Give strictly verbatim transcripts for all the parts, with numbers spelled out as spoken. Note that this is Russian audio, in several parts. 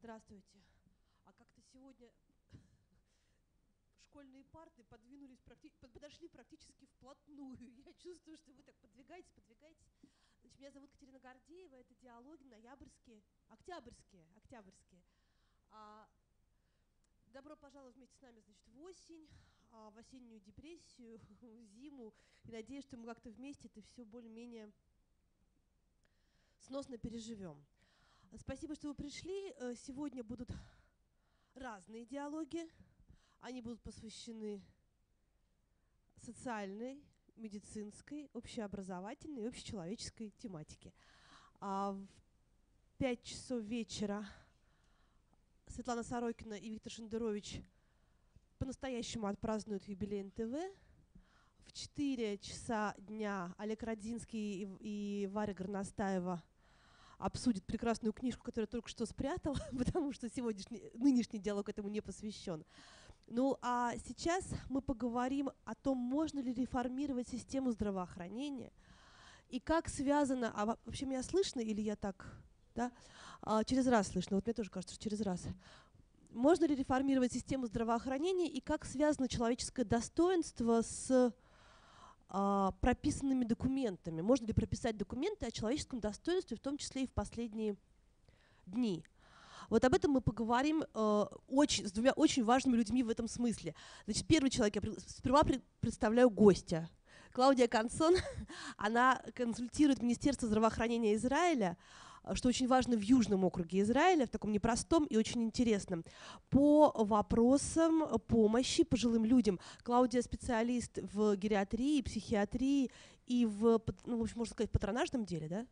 Здравствуйте. А как-то сегодня школьные парты подвинулись, практи- подошли практически вплотную. Я чувствую, что вы так подвигаетесь, подвигаетесь. Значит, меня зовут Катерина Гордеева, это диалоги ноябрьские, октябрьские, октябрьские. А, добро пожаловать вместе с нами, значит, в осень, а, в осеннюю депрессию, в зиму. И надеюсь, что мы как-то вместе это все более-менее сносно переживем. Спасибо, что вы пришли. Сегодня будут разные диалоги. Они будут посвящены социальной, медицинской, общеобразовательной и общечеловеческой тематике. А в пять часов вечера Светлана Сорокина и Виктор Шендерович по-настоящему отпразднуют юбилей эн тэ вэ. В четыре часа дня Олег Родзинский и, и Варя Горностаева обсудит прекрасную книжку, которую я только что спрятала, потому что сегодняшний, нынешний диалог этому не посвящен. Ну а сейчас мы поговорим о том, можно ли реформировать систему здравоохранения и как связано, а вообще меня слышно или я так, да, а, через раз слышно, вот мне тоже кажется, что через раз. Можно ли реформировать систему здравоохранения и как связано человеческое достоинство с а, прописанными документами? Можно ли прописать документы о человеческом достоинстве, в том числе и в последние дни? Вот об этом мы поговорим э, очень, с двумя очень важными людьми в этом смысле. Значит, первый человек, я сперва представляю гостя. Клаудия Консон, она консультирует Министерство здравоохранения Израиля, что очень важно в Южном округе Израиля, в таком непростом и очень интересном, по вопросам помощи пожилым людям. Клаудия специалист в гериатрии, психиатрии и в, ну, в общем, можно сказать, патронажном деле, да?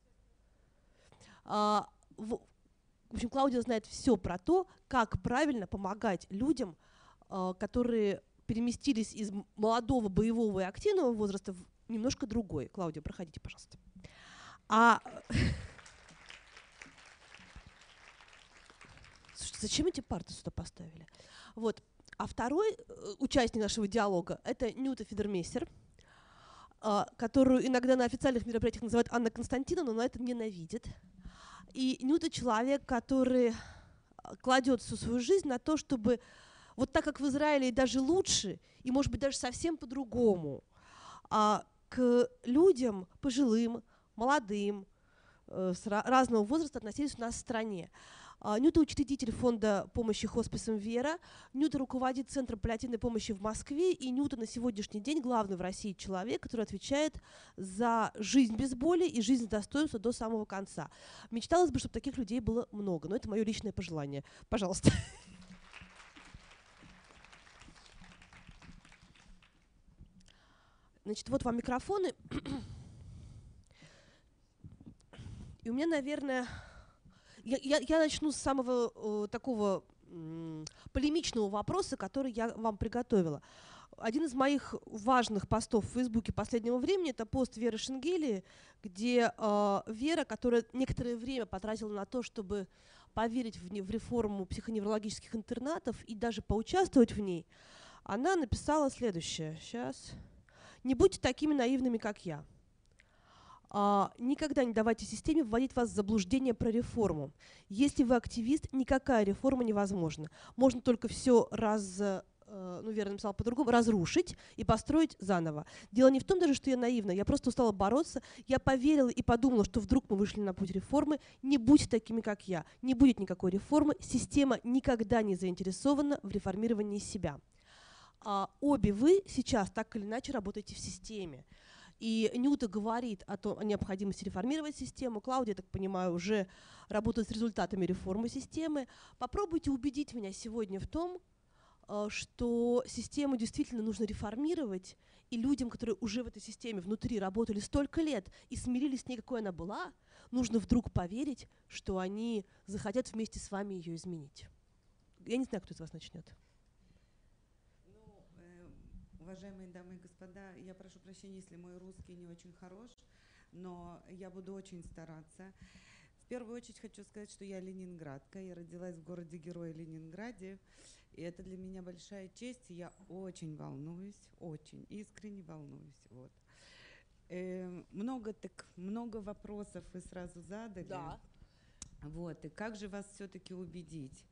А, в, В общем, Клаудия знает все про то, как правильно помогать людям, э, которые переместились из молодого боевого и активного возраста в немножко другой. Клаудия, проходите, пожалуйста. А слушайте, зачем эти парты сюда поставили? Вот. А второй участник нашего диалога – это Нюта Федермейстер, э, которую иногда на официальных мероприятиях называют Анна Константиновна, но это ненавидит. И Нюта – человек, который кладет всю свою жизнь на то, чтобы вот так как в Израиле и даже лучше, и, может быть, даже совсем по-другому, а, к людям пожилым, молодым, э, с разного возраста относились у нас в стране. А, Нюта – учредитель фонда помощи хосписам «Вера», Нюта руководит Центром паллиативной помощи в Москве, и Нюта на сегодняшний день главный в России человек, который отвечает за жизнь без боли и жизнь с достоинством до самого конца. Мечталось бы, чтобы таких людей было много, но это мое личное пожелание. Пожалуйста. Значит, вот вам микрофоны. И у меня, наверное, я, я, я начну с самого э, такого э, полемичного вопроса, который я вам приготовила. Один из моих важных постов в Фейсбуке последнего времени – это пост Веры Шенгелии, где э, Вера, которая некоторое время потратила на то, чтобы поверить в, не, в реформу психоневрологических интернатов и даже поучаствовать в ней, она написала следующее. Сейчас. «Не будьте такими наивными, как я. А, никогда не давайте системе вводить вас в заблуждение про реформу. Если вы активист, никакая реформа невозможна. Можно только все раз, э, ну, Вера написала по-другому, разрушить и построить заново. Дело не в том даже, что я наивна, я просто устала бороться. Я поверила и подумала, что вдруг мы вышли на путь реформы. Не будьте такими, как я. Не будет никакой реформы. Система никогда не заинтересована в реформировании себя». А, обе вы сейчас так или иначе работаете в системе. И Нюта говорит о, том, о необходимости реформировать систему. Клаудия, я так понимаю, уже работает с результатами реформы системы. Попробуйте убедить меня сегодня в том, что систему действительно нужно реформировать, и людям, которые уже в этой системе внутри работали столько лет и смирились с ней, какой она была, нужно вдруг поверить, что они захотят вместе с вами ее изменить. Я не знаю, кто из вас начнет. Уважаемые дамы и господа, я прошу прощения, если мой русский не очень хорош, но я буду очень стараться. В первую очередь хочу сказать, что я ленинградка, я родилась в городе-герое Ленинграде, и это для меня большая честь, и я очень волнуюсь, очень искренне волнуюсь. Вот. Э, много, так, много вопросов вы сразу задали. Да. Вот, и как же вас все-таки убедить?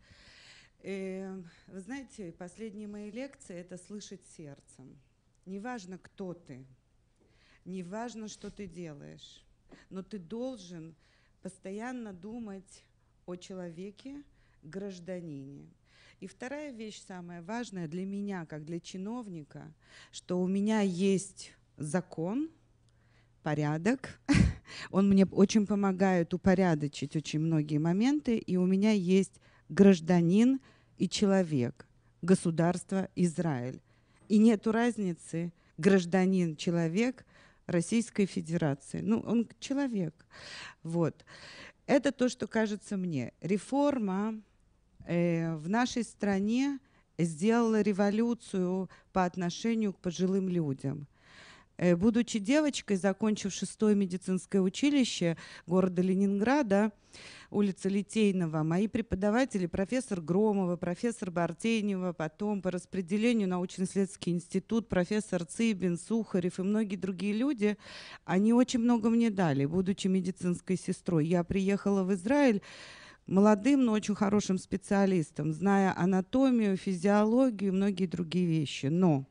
Э, вы знаете, последние мои лекции — это слышать сердцем. Неважно, кто ты, неважно, что ты делаешь, но ты должен постоянно думать о человеке, гражданине. И вторая вещь, самая важная для меня, как для чиновника, что у меня есть закон, порядок. Он мне очень помогает упорядочить очень многие моменты, и у меня есть гражданин и человек, государство Израиль. И нету разницы гражданин, человек Российской Федерации. Ну, он человек. Вот. Это то, что кажется мне. Реформа э, в нашей стране сделала революцию по отношению к пожилым людям. Э, будучи девочкой, закончив шестое медицинское училище города Ленинграда, улица Литейного, мои преподаватели, профессор Громова, профессор Бартенева, потом по распределению научно-исследовательский институт, профессор Цыбин, Сухарев и многие другие люди, они очень много мне дали, будучи медицинской сестрой. Я приехала в Израиль молодым, но очень хорошим специалистом, зная анатомию, физиологию и многие другие вещи. Но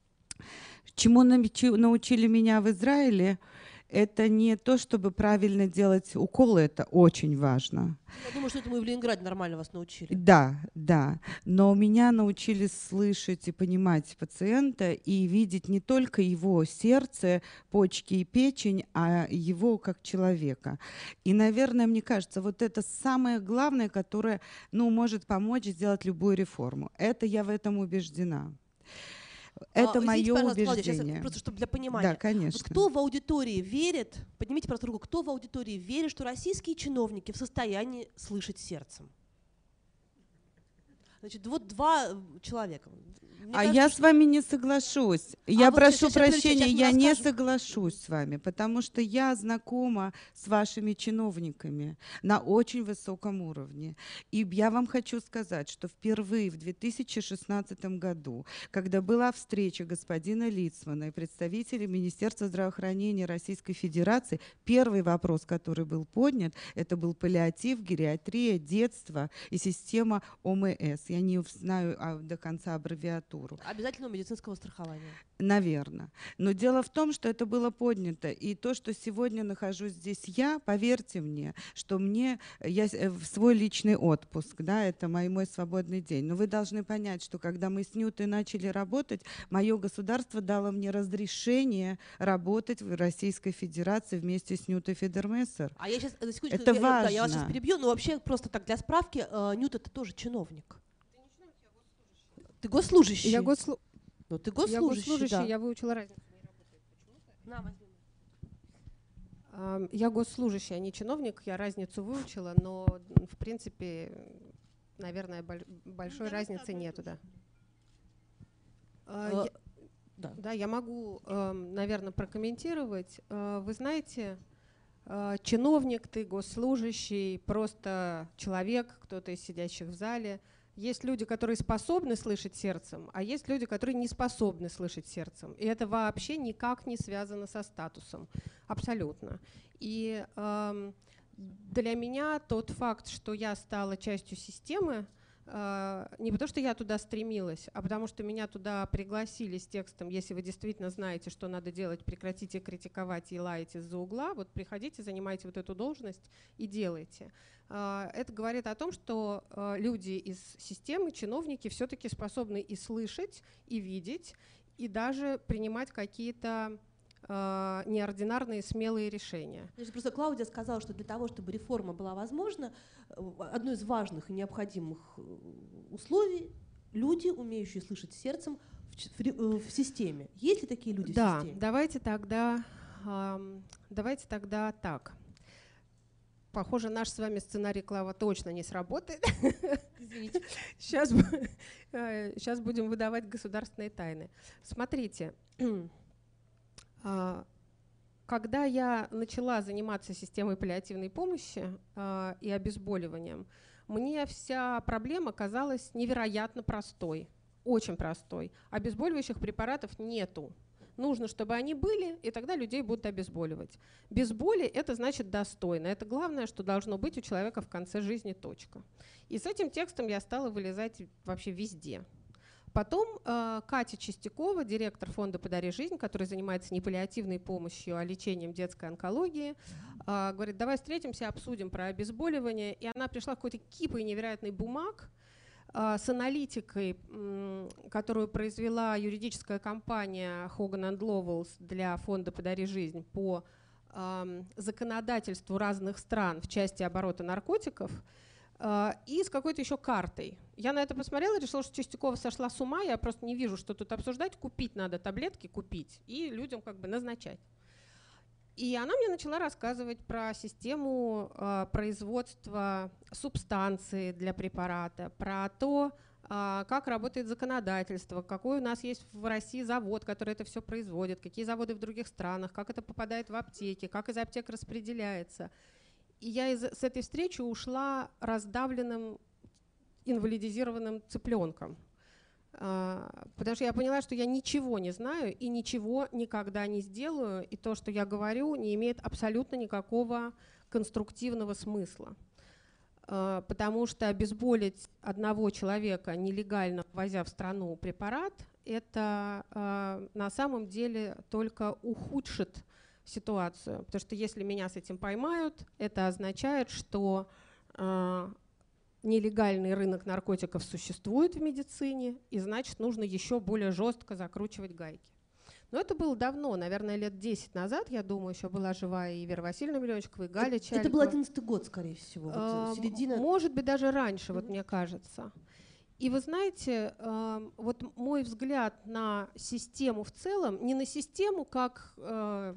чему научили меня в Израиле, это не то, чтобы правильно делать уколы, это очень важно. Я думаю, что это мы в Ленинграде нормально вас научили. Да, да. Но меня научили слышать и понимать пациента и видеть не только его сердце, почки и печень, а его как человека. И, наверное, мне кажется, вот это самое главное, которое, ну, может помочь сделать любую реформу. Это я в этом убеждена. Это а, мое извините, убеждение. Клаудия, просто чтобы для понимания. Да, конечно. Вот кто в аудитории верит, поднимите просто руку, кто в аудитории верит, что российские чиновники в состоянии слышать сердцем? Значит, вот два человека. Мне а кажется, я что... с вами не соглашусь. А я вот прошу сейчас, прощения, сейчас я не расскажем. соглашусь с вами, потому что я знакома с вашими чиновниками на очень высоком уровне. И я вам хочу сказать, что впервые в две тысячи шестнадцатом году, когда была встреча господина Лицмана и представителей Министерства здравоохранения Российской Федерации, первый вопрос, который был поднят, это был паллиатив, гериатрия, детство и система ОМС. Я не знаю а, до конца аббревиатуру. Обязательного медицинского страхования. Наверное. Но дело в том, что это было поднято. И то, что сегодня нахожусь здесь я, поверьте мне, что мне, я в свой личный отпуск, да, это мой, мой свободный день. Но вы должны понять, что когда мы с Нютой начали работать, мое государство дало мне разрешение работать в Российской Федерации вместе с Нютой Федермессер. А я сейчас, секундочку, это я, важно. Да, я вас сейчас перебью, но вообще просто так для справки, э, Нюта — это тоже чиновник. Ты госслужащий. Я госслу... Ну, ты госслужащий, я госслужащий, да. я выучила разницу. Не работает почему-то. На, возьми. Uh, я госслужащий, а не чиновник. Я разницу выучила, но в принципе, наверное, боль... большой ну, разницы нету, да. Uh, uh, я... Да. Да, я могу, uh, наверное, прокомментировать. Uh, вы знаете, uh, чиновник, ты госслужащий, просто человек, кто-то из сидящих в зале. Есть люди, которые способны слышать сердцем, а есть люди, которые не способны слышать сердцем. И это вообще никак не связано со статусом. Абсолютно. И э, для меня тот факт, что я стала частью системы, э, не потому что я туда стремилась, а потому что меня туда пригласили с текстом: если вы действительно знаете, что надо делать, прекратите критиковать и лаять из-за угла, вот приходите, занимайте вот эту должность и делайте. Это говорит о том, что люди из системы, чиновники, все-таки способны и слышать, и видеть, и даже принимать какие-то неординарные, смелые решения. Значит, просто Клаудия сказала, что для того, чтобы реформа была возможна, одно из важных и необходимых условий — люди, умеющие слышать сердцем в, в, в системе. Есть ли такие люди да, в системе? Давайте тогда, э, давайте тогда так. Похоже, наш с вами сценарий, Клава, точно не сработает. Извините. Сейчас, сейчас будем выдавать государственные тайны. Смотрите, когда я начала заниматься системой паллиативной помощи и обезболиванием, мне вся проблема казалась невероятно простой, очень простой. Обезболивающих препаратов нету. Нужно, чтобы они были, и тогда людей будут обезболивать. Без боли это значит достойно. Это главное, что должно быть у человека в конце жизни, точка. И с этим текстом я стала вылезать вообще везде. Потом э, Катя Чистякова, директор фонда «Подари жизнь», который занимается не паллиативной помощью, а лечением детской онкологии, э, говорит, давай встретимся, обсудим про обезболивание. И она пришла какой-то кипой невероятный бумаг э, с аналитикой, м, которую произвела юридическая компания Hogan энд Lovells для фонда «Подари жизнь» по э, законодательству разных стран в части оборота наркотиков, и с какой-то еще картой. Я на это посмотрела и решила, что Чистякова сошла с ума, я просто не вижу, что тут обсуждать. Купить надо таблетки, купить, и людям как бы назначать. И она мне начала рассказывать про систему э, производства субстанции для препарата, про то, э, как работает законодательство, какой у нас есть в России завод, который это все производит, какие заводы в других странах, как это попадает в аптеки, как из аптек распределяется. И я из, с этой встречи ушла раздавленным, инвалидизированным цыпленком. А, потому что я поняла, что я ничего не знаю и ничего никогда не сделаю, и то, что я говорю, не имеет абсолютно никакого конструктивного смысла. А, потому что обезболить одного человека, нелегально ввозя в страну препарат, это а, на самом деле только ухудшит ситуацию, потому что если меня с этим поймают, это означает, что э, нелегальный рынок наркотиков существует в медицине, и значит, нужно еще более жестко закручивать гайки. Но это было давно, наверное, лет десять назад, я думаю, еще была жива и Вера Васильевна Миллиончикова, и Галя Чаликова. Это был одиннадцатый год, скорее всего, вот, середина. Может быть, даже раньше, вот мне кажется. И вы знаете, э, вот мой взгляд на систему в целом, не на систему как... Э,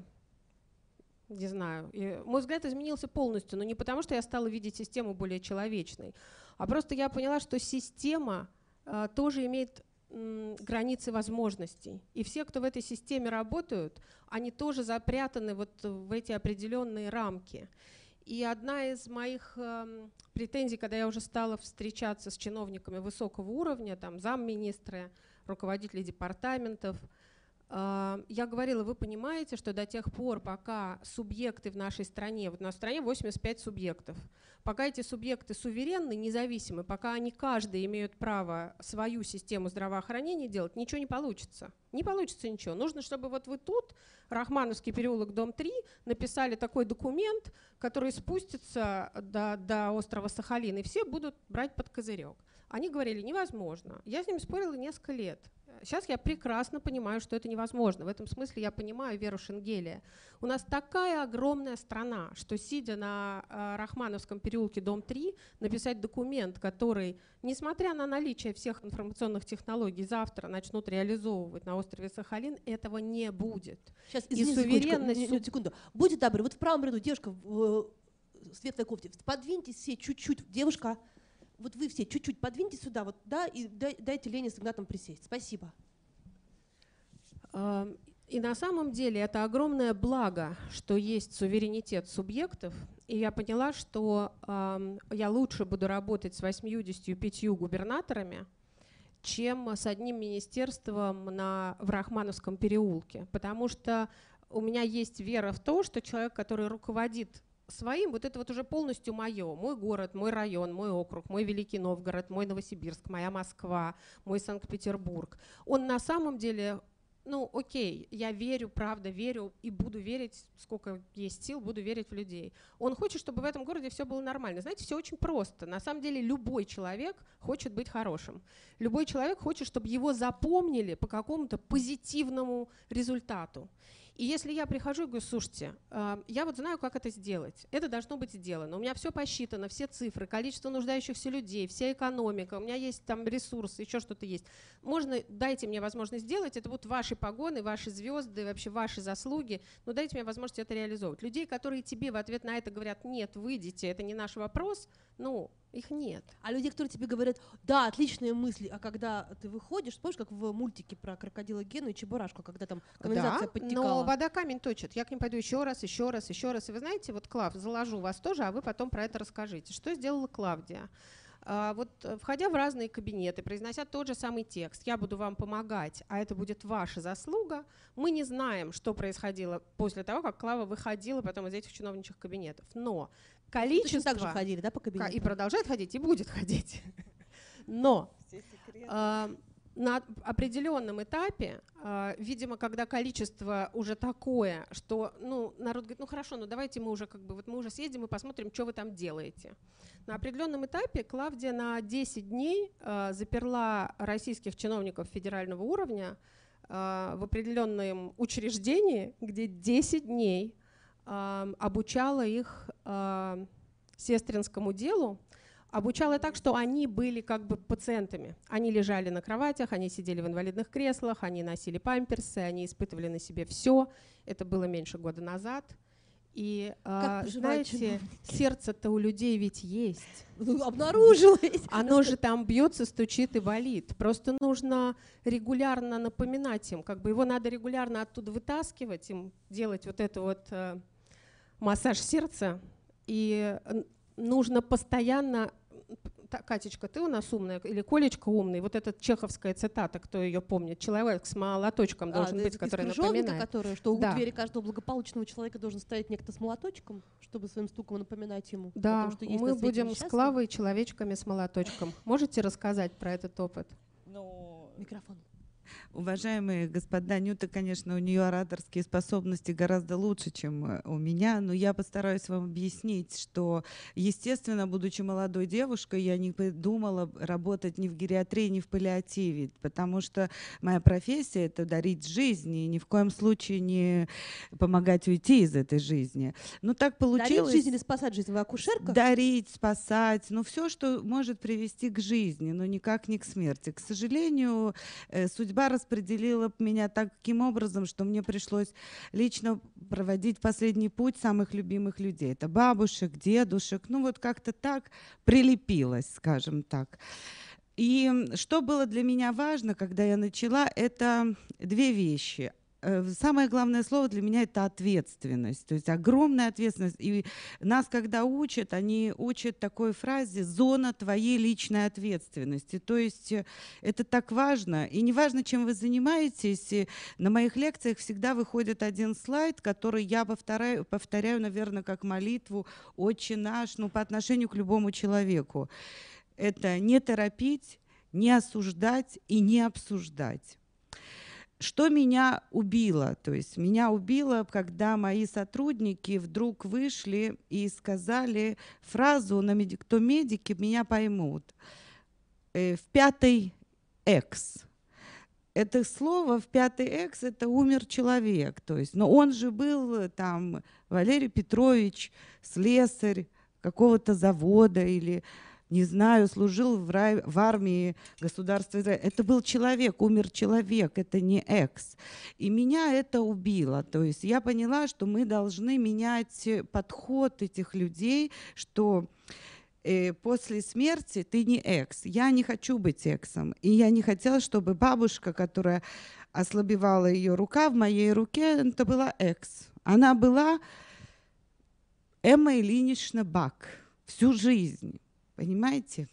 не знаю, и мой взгляд изменился полностью, но не потому, что я стала видеть систему более человечной, а просто я поняла, что система а, тоже имеет м, границы возможностей. И все, кто в этой системе работают, они тоже запрятаны вот в эти определенные рамки. И одна из моих э, претензий, когда я уже стала встречаться с чиновниками высокого уровня, там замминистры, руководители департаментов, я говорила, вы понимаете, что до тех пор, пока субъекты в нашей стране, вот у нас в стране восемьдесят пять субъектов, пока эти субъекты суверенны, независимы, пока они каждый имеют право свою систему здравоохранения делать, ничего не получится. Не получится ничего. Нужно, чтобы вот вы тут, Рахмановский переулок, дом три, написали такой документ, который спустится до, до острова Сахалин, и все будут брать под козырек. Они говорили, невозможно. Я с ними спорила несколько лет. Сейчас я прекрасно понимаю, что это невозможно. В этом смысле я понимаю Веру Шенгелия. У нас такая огромная страна, что, сидя на э, Рахмановском переулке, дом три, написать документ, который, несмотря на наличие всех информационных технологий, завтра начнут реализовывать на острове Сахалин, этого не будет. Сейчас, извините, суверенность... секундочку, секунду. Будьте добры, вот в правом ряду девушка в, в светлой кофте, подвиньтесь все чуть-чуть, девушка. Вот вы все чуть-чуть подвиньте сюда, вот, да, и дай, дайте Лене с Игнатом присесть. Спасибо. И на самом деле это огромное благо, что есть суверенитет субъектов. И я поняла, что э, я лучше буду работать с восьмьюдесятью пятью губернаторами, чем с одним министерством на, в Рахмановском переулке. Потому что у меня есть вера в то, что человек, который руководит своим, вот это вот уже полностью мое. Мой город, мой район, мой округ, мой Великий Новгород, мой Новосибирск, моя Москва, мой Санкт-Петербург. Он на самом деле, ну окей, я верю, правда, верю и буду верить, сколько есть сил, буду верить в людей. Он хочет, чтобы в этом городе все было нормально. Знаете, все очень просто. На самом деле любой человек хочет быть хорошим. Любой человек хочет, чтобы его запомнили по какому-то позитивному результату. И если я прихожу и говорю, слушайте, э, я вот знаю, как это сделать, это должно быть сделано, у меня все посчитано, все цифры, количество нуждающихся людей, вся экономика, у меня есть там ресурсы, еще что-то есть. Можно, дайте мне возможность сделать, это будут ваши погоны, ваши звезды, вообще ваши заслуги, но дайте мне возможность это реализовывать. Людей, которые тебе в ответ на это говорят, нет, выйдите, это не наш вопрос, ну, их нет. А люди, которые тебе говорят, да, отличные мысли, а когда ты выходишь, помнишь, как в мультике про крокодила Гену и Чебурашку, когда там канализация да, подтекала? Но вода камень точит. Я к ним пойду еще раз, еще раз, еще раз. И вы знаете, вот, Клав, заложу вас тоже, а вы потом про это расскажите. Что сделала Клавдия? А, вот э, входя в разные кабинеты, произнося тот же самый текст, я буду вам помогать, а это будет ваша заслуга, мы не знаем, что происходило после того, как Клава выходила потом из этих чиновничьих кабинетов. Но количество... Точно так же ходили, да, по кабинетам? И продолжает ходить, и будет ходить. Но э, на определенном этапе, э, видимо, когда количество уже такое, что ну, народ говорит, ну хорошо, ну давайте мы уже как бы вот мы уже съездим и посмотрим, что вы там делаете. На определенном этапе Клавдия на десять дней э, заперла российских чиновников федерального уровня э, в определенном учреждении, где десять дней э, обучала их э, сестринскому делу. Обучала так, что они были как бы пациентами. Они лежали на кроватях, они сидели в инвалидных креслах, они носили памперсы, они испытывали на себе все. Это было меньше года назад. И, а, знаете, сердце-то у людей ведь есть. Ну, обнаружилось. Оно же там бьется, стучит и болит. Просто нужно регулярно напоминать им. Как бы его надо регулярно оттуда вытаскивать, им делать вот это вот э, массаж сердца. И нужно постоянно... Катечка, ты у нас умная, или Колечка умный, вот эта чеховская цитата, кто ее помнит, человек с молоточком должен а, быть, который напоминает. Которая, что да. у двери каждого благополучного человека должен стоять некто с молоточком, чтобы своим стуком напоминать ему. Да, о том, что есть мы будем с Клавой человечками с молоточком. Можете рассказать про этот опыт? Ну, микрофон. Уважаемые господа, Нюта, конечно, у нее ораторские способности гораздо лучше, чем у меня, но я постараюсь вам объяснить, что, естественно, будучи молодой девушкой, я не думала работать ни в гериатрии, ни в паллиативе, потому что моя профессия — это дарить жизнь, и ни в коем случае не помогать уйти из этой жизни. Но так получилось. Дарить жизнь или спасать жизнь? Вы акушерка? Дарить, спасать, ну все, что может привести к жизни, но никак не к смерти. К сожалению, судьба распределила меня таким образом, что мне пришлось лично проводить последний путь самых любимых людей. Это бабушек, дедушек, ну вот как-то так прилепилось, скажем так. И что было для меня важно, когда я начала, это две вещи. Самое главное слово для меня — это ответственность, то есть огромная ответственность. И нас, когда учат, они учат такой фразе «зона твоей личной ответственности». То есть это так важно. И не важно, чем вы занимаетесь, на моих лекциях всегда выходит один слайд, который я повторяю, повторяю, наверное, как молитву «Отче наш», ну, по отношению к любому человеку. Это не торопить, не осуждать и не обсуждать. Что меня убило? То есть меня убило, когда мои сотрудники вдруг вышли и сказали фразу, на меди... кто медики, меня поймут. Э, в пятый экс. Это слово в пятый экс — это умер человек. То есть, но он же был там Валерий Петрович, слесарь какого-то завода или... не знаю, служил в, рай, в армии государства Израиля. Это был человек, умер человек, это не экс. И меня это убило. То есть я поняла, что мы должны менять подход этих людей, что э, после смерти ты не экс. Я не хочу быть эксом. И я не хотела, чтобы бабушка, которая ослабевала ее рука, в моей руке, это была экс. Она была Эмма Ильинична Бак всю жизнь. Понимаете?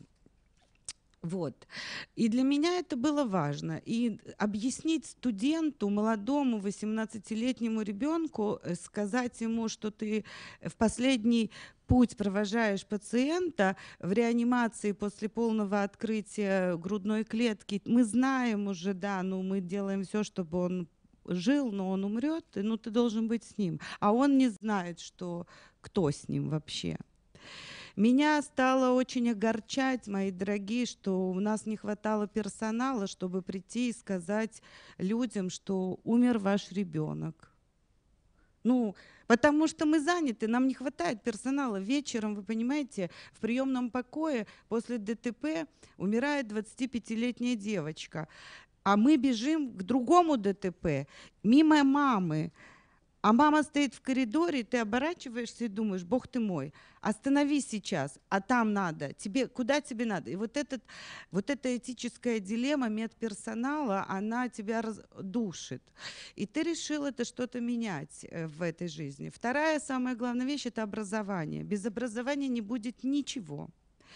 Вот. И для меня это было важно. И объяснить студенту, молодому восемнадцатилетнему ребенку, сказать ему, что ты в последний путь провожаешь пациента в реанимации после полного открытия грудной клетки. Мы знаем уже, да, ну мы делаем все, чтобы он жил, но он умрет, ну ты должен быть с ним. А он не знает, что, кто с ним вообще. Меня стало очень огорчать, мои дорогие, что у нас не хватало персонала, чтобы прийти и сказать людям, что умер ваш ребенок. Ну, потому что мы заняты, нам не хватает персонала. Вечером, вы понимаете, в приемном покое после ДТП умирает двадцатипятилетняя девочка, а мы бежим к другому ДТП, мимо мамы. А мама стоит в коридоре, ты оборачиваешься и думаешь, бог ты мой, остановись сейчас, а там надо, тебе, куда тебе надо? И вот, этот, вот эта этическая дилемма медперсонала, она тебя раз, душит. И ты решил это что-то менять в этой жизни. Вторая, самая главная вещь — это образование. Без образования не будет ничего.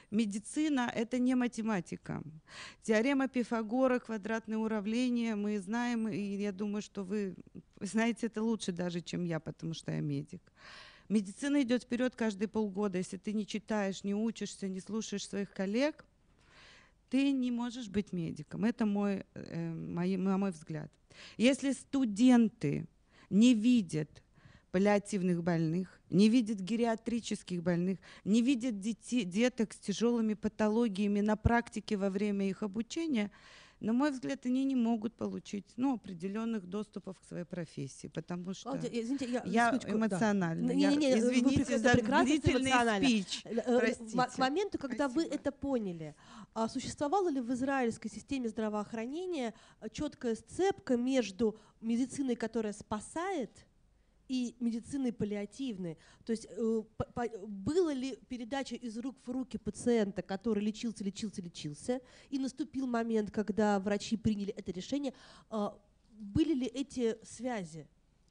медицина — это не математика. Теорема Пифагора, квадратное уравнение, мы знаем, и я думаю, что вы знаете это лучше даже, чем я, потому что я медик. Медицина идет вперед каждые полгода. Если ты не читаешь, не учишься, не слушаешь своих коллег, ты не можешь быть медиком. Это мой, э, мой, мой взгляд. Если студенты не видят паллиативных больных, не видят гериатрических больных, не видят детей, деток с тяжелыми патологиями на практике во время их обучения, на мой взгляд, они не могут получить ну, определенных доступов к своей профессии, потому что Клаудия, извините, я, я секундочку, эмоциональна. Да. Не, не, не, я, извините вы, за длительный эмоционально. спич. Простите. К моменту, когда Спасибо. вы это поняли, а существовала ли в израильской системе здравоохранения четкая сцепка между медициной, которая спасает, и медициной паллиативной? То есть э, по, по, была ли передача из рук в руки пациента, который лечился, лечился, лечился, и наступил момент, когда врачи приняли это решение, э, были ли эти связи?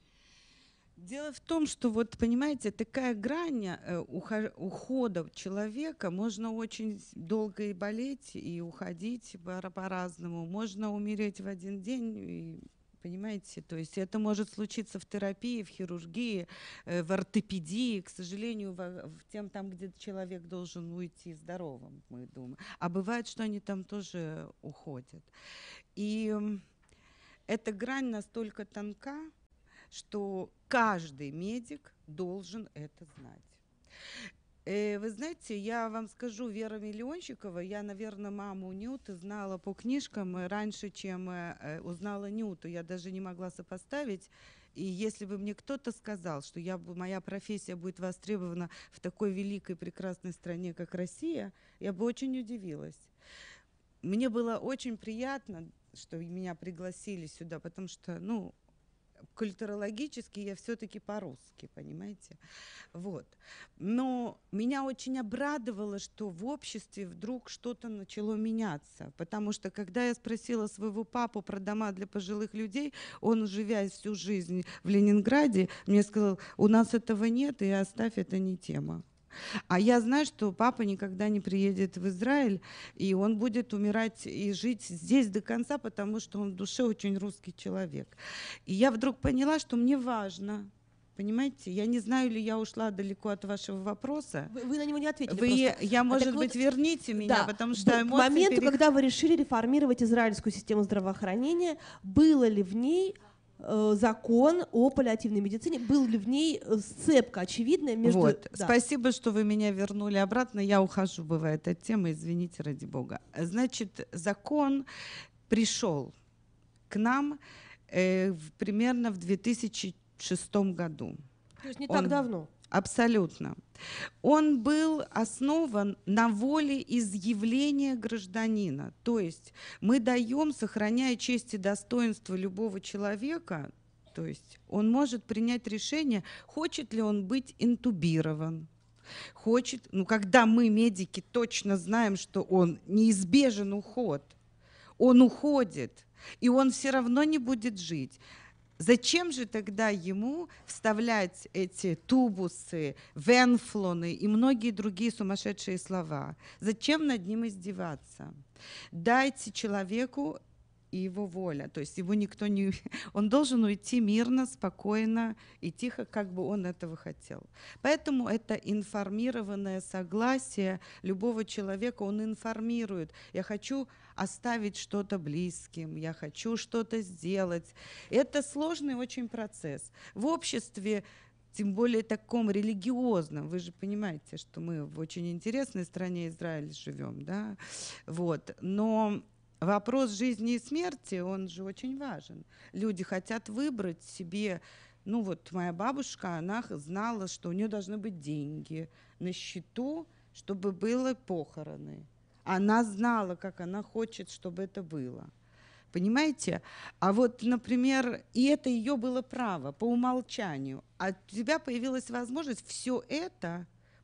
Дело в том, что вот, понимаете, такая грань э, ухода человека, можно очень долго и болеть, и уходить по-разному, можно умереть в один день, и понимаете, то есть это может случиться в терапии, в хирургии, э, в ортопедии, к сожалению, в, в тем там, где человек должен уйти здоровым, мы думаем. А бывает, что они там тоже уходят. И э, эта грань настолько тонка, что каждый медик должен это знать. Вы знаете, я вам скажу, Вера Миллионщикова, я, наверное, маму Нюты знала по книжкам раньше, чем узнала Нюту. Я даже не могла сопоставить. И если бы мне кто-то сказал, что я, моя профессия будет востребована в такой великой, прекрасной стране, как Россия, я бы очень удивилась. Мне было очень приятно, что меня пригласили сюда, потому что, ну, культурологически я все-таки по-русски, понимаете? Вот. Но меня очень обрадовало, что в обществе вдруг что-то начало меняться, потому что когда я спросила своего папу про дома для пожилых людей, он, живя всю жизнь в Ленинграде, мне сказал, у нас этого нет, и оставь, это не тема. А я знаю, что папа никогда не приедет в Израиль, и он будет умирать и жить здесь до конца, потому что он в душе очень русский человек. И я вдруг поняла, что мне важно, понимаете, я не знаю, ли я ушла далеко от вашего вопроса. Вы, вы на него не ответили. Вы, просто. я, может а быть, вот, верните меня, да, потому что эмоции... К моменту, перех... когда вы решили реформировать израильскую систему здравоохранения, было ли в ней закон о паллиативной медицине, был ли в ней сцепка очевидная между... Вот. Да. Спасибо, что вы меня вернули обратно. Я ухожу, бывает, от темы, извините, ради бога. Значит, закон пришел к нам э, примерно в две тысячи шестом году. То есть не Он... так давно? Абсолютно. Он был основан на воле изъявления гражданина. То есть мы даем, сохраняя честь и достоинство любого человека, то есть он может принять решение, хочет ли он быть интубирован. Хочет, ну, когда мы, медики, точно знаем, что он неизбежен уход, он уходит, и он все равно не будет жить. Зачем же тогда ему вставлять эти тубусы, венфлоны и многие другие сумасшедшие слова? Зачем над ним издеваться? Дайте человеку его воля, то есть его никто не... Он должен уйти мирно, спокойно и тихо, как бы он этого хотел. Поэтому это информированное согласие любого человека, он информирует. Я хочу оставить что-то близким, я хочу что-то сделать. Это сложный очень процесс. В обществе, тем более таком религиозном, вы же понимаете, что мы в очень интересной стране Израиль живем, да? Вот. Но вопрос жизни и смерти, он же очень важен. Люди хотят выбрать себе, ну вот моя бабушка, она знала, что у нее должны быть деньги на счету, чтобы было похороны. Она знала, как она хочет, чтобы это было. Понимаете? А вот, например, и это ее было право по умолчанию. А у тебя появилась возможность все это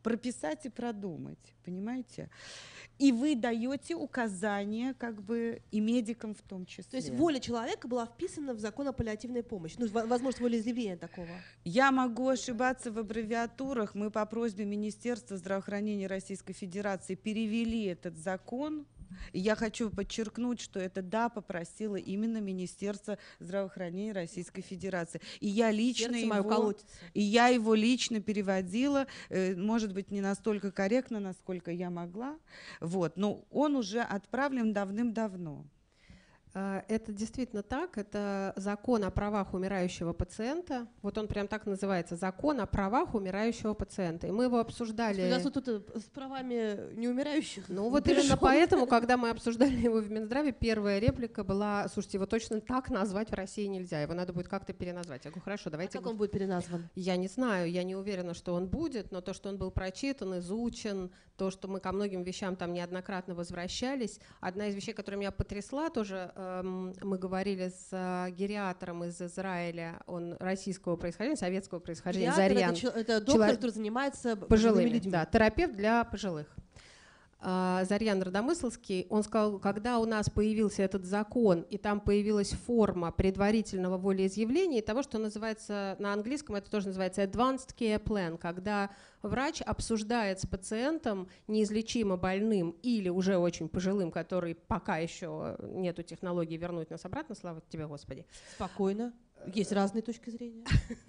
прописать и продумать, понимаете? И вы даете указания как бы и медикам в том числе. То есть воля человека была вписана в закон о паллиативной помощи. Ну, возможно, волеизъявления такого. Я могу ошибаться в аббревиатурах. Мы по просьбе Министерства здравоохранения Российской Федерации перевели этот закон. И я хочу подчеркнуть, что это, да, попросило именно Министерство здравоохранения Российской Федерации. И я лично его, и я его лично переводила, э, может быть, не настолько корректно, насколько я могла, вот, но он уже отправлен давным-давно. Это действительно так, это закон о правах умирающего пациента, вот он прям так называется, закон о правах умирающего пациента, и мы его обсуждали. У нас тут с правами неумирающих. Ну вот именно поэтому, когда мы обсуждали его в Минздраве, первая реплика была: слушайте, его точно так назвать в России нельзя, его надо будет как-то переназвать. Я говорю, хорошо, давайте. А как он будет переназван? Я не знаю, я не уверена, что он будет, но то, что он был прочитан, изучен, то, что мы ко многим вещам там неоднократно возвращались. Одна из вещей, которая меня потрясла, тоже эм, мы говорили с э, гериатором из Израиля, он российского происхождения, советского происхождения, Зарян. Это, это доктор, Чело... который занимается пожилыми людьми. Да, терапевт для пожилых. Зарьян Родомысловский, он сказал, когда у нас появился этот закон, и там появилась форма предварительного волеизъявления, того, что называется на английском, это тоже называется advanced care plan, когда врач обсуждает с пациентом неизлечимо больным или уже очень пожилым, который пока еще нету технологии вернуть нас обратно, слава тебе, Господи. Спокойно. Есть разные точки зрения.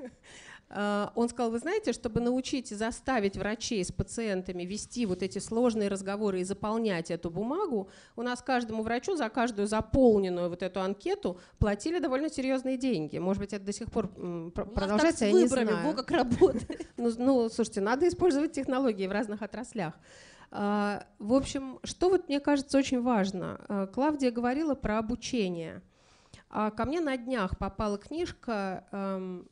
Он сказал, вы знаете, чтобы научить и заставить врачей с пациентами вести вот эти сложные разговоры и заполнять эту бумагу, у нас каждому врачу за каждую заполненную вот эту анкету платили довольно серьезные деньги. Может быть, это до сих пор продолжается, я не знаю. Во как работает. Ну, ну, слушайте, надо использовать технологии в разных отраслях. В общем, что вот мне кажется очень важно. Клавдия говорила про обучение. Ко мне на днях попала книжка эм,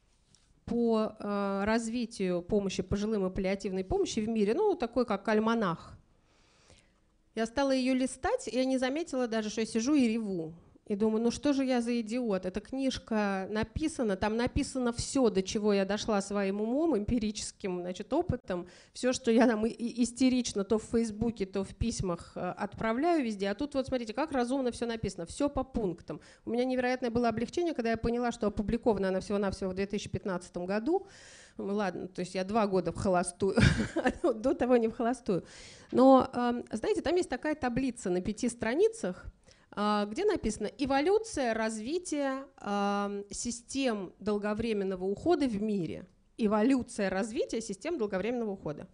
по э, развитию помощи пожилым и паллиативной помощи в мире, ну, такой как альманах. Я стала ее листать, и я не заметила даже, что я сижу и реву. И думаю, ну что же я за идиот? Эта книжка написана, там написано все, до чего я дошла своим умом, эмпирическим, значит, опытом. Все, что я там истерично то в Фейсбуке, то в письмах отправляю везде. А тут вот смотрите, как разумно все написано, все по пунктам. У меня невероятное было облегчение, когда я поняла, что опубликована она всего-навсего в две тысячи пятнадцатом году. Ну ладно, то есть я два года в холостую, до того не в холостую. Но, знаете, там есть такая таблица на пяти страницах, где написано «Эволюция развития э, систем долговременного ухода в мире». Эволюция развития систем долговременного ухода.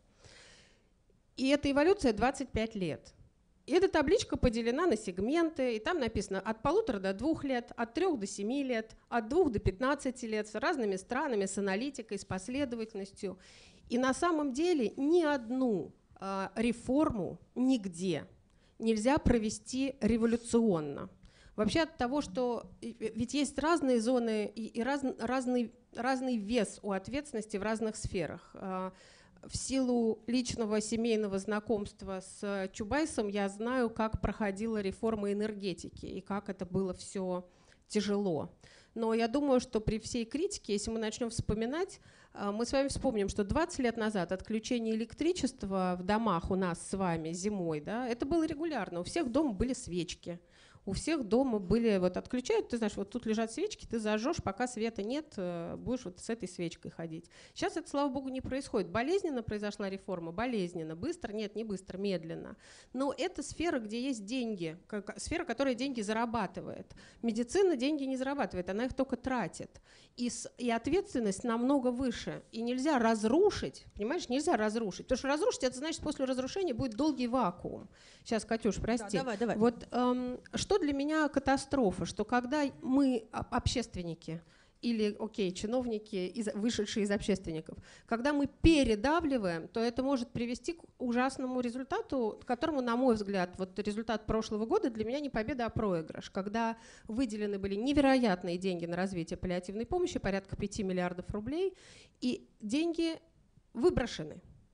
И эта эволюция двадцать пять лет. И эта табличка поделена на сегменты, и там написано от полутора до двух лет, от трех до семи лет, от двух до пятнадцати лет, с разными странами, с аналитикой, с последовательностью. И на самом деле ни одну э, реформу нигде нельзя провести революционно. Вообще от того, что ведь есть разные зоны и, и раз, разный, разный вес у ответственности в разных сферах. В силу личного семейного знакомства с Чубайсом я знаю, как проходила реформа энергетики и как это было все тяжело. Но я думаю, что при всей критике, если мы начнем вспоминать, мы с вами вспомним, что двадцать лет назад отключение электричества в домах у нас с вами зимой, да, это было регулярно. У всех дома были свечки. У всех дома были, вот отключают, ты знаешь, вот тут лежат свечки, ты зажжешь, пока света нет, будешь вот с этой свечкой ходить. Сейчас это, слава богу, не происходит. Болезненно произошла реформа, болезненно. Быстро? Нет, не быстро, медленно. Но это сфера, где есть деньги, сфера, которая деньги зарабатывает. Медицина деньги не зарабатывает, она их только тратит. И, с, и ответственность намного выше. И нельзя разрушить, понимаешь, нельзя разрушить. Потому что разрушить, это значит, после разрушения будет долгий вакуум. Сейчас, Катюш, прости. Да, давай, давай. Вот эм, что для меня катастрофа, что когда мы, общественники, или, окей, чиновники, из, вышедшие из общественников, когда мы передавливаем, то это может привести к ужасному результату, которому, на мой взгляд, вот результат прошлого года для меня не победа, а проигрыш. Когда выделены были невероятные деньги на развитие паллиативной помощи, порядка пяти миллиардов рублей, и деньги выброшены.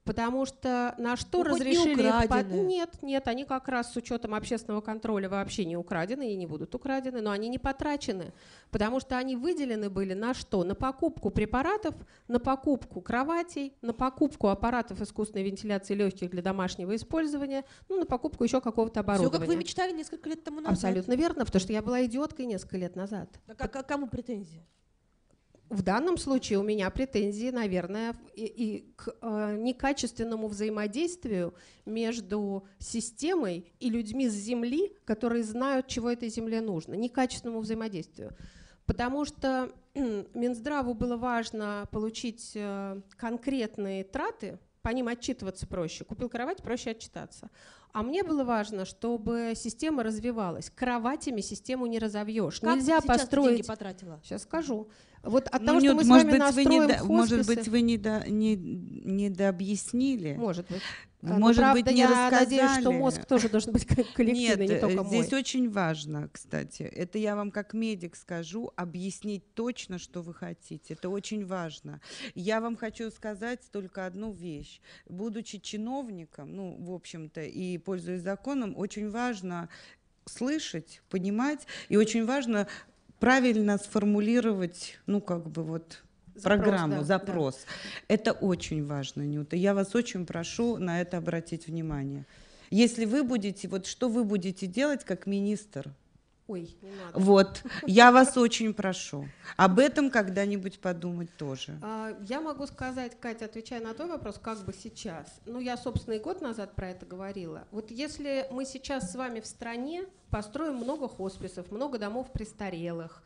Потому что на что Ну, хоть не разрешили... По... украдены. Нет, нет, они как раз с учетом общественного контроля вообще не украдены и не будут украдены, но они не потрачены, потому что они выделены были на что? На покупку препаратов, на покупку кроватей, на покупку аппаратов искусственной вентиляции легких для домашнего использования, ну, на покупку еще какого-то оборудования. Все, как вы мечтали несколько лет тому назад. Абсолютно верно, потому что я была идиоткой несколько лет назад. А к кому претензии? В данном случае у меня претензии, наверное, и, и к э, некачественному взаимодействию между системой и людьми с Земли, которые знают, чего этой Земле нужно. Некачественному взаимодействию. Потому что Минздраву было важно получить э, конкретные траты, по ним отчитываться проще. Купил кровать, проще отчитаться. А мне было важно, чтобы система развивалась. Кроватями систему не разовьешь. Как Нельзя ты сейчас построить. деньги потратила? Сейчас скажу. Вот от Ну, того, Нюд, что мы с может вами быть, вы не настроим до- может хосписы- быть, вы не, до, не, не дообъяснили? Может быть. Может Но, быть, правда, не я рассказали. надеюсь, что мозг тоже должен быть коллективный, Нет, не только здесь мой. очень важно, кстати. Это я вам как медик скажу, объяснить точно, что вы хотите. Это очень важно. Я вам хочу сказать только одну вещь. Будучи чиновником, ну, в общем-то, и пользуясь законом, очень важно слышать, понимать, и очень важно правильно сформулировать, ну, как бы вот... Запрос, программу, да, запрос. да. Это очень важно, Нюта. Я вас очень прошу на это обратить внимание. Если вы будете, вот что вы будете делать как министр? Ой, не надо. Вот, я вас очень прошу об этом когда-нибудь подумать тоже. А, Я могу сказать, Катя, отвечая на твой вопрос, как бы сейчас. Ну, я, собственно, и год назад про это говорила. Вот если мы сейчас с вами в стране построим много хосписов, много домов престарелых,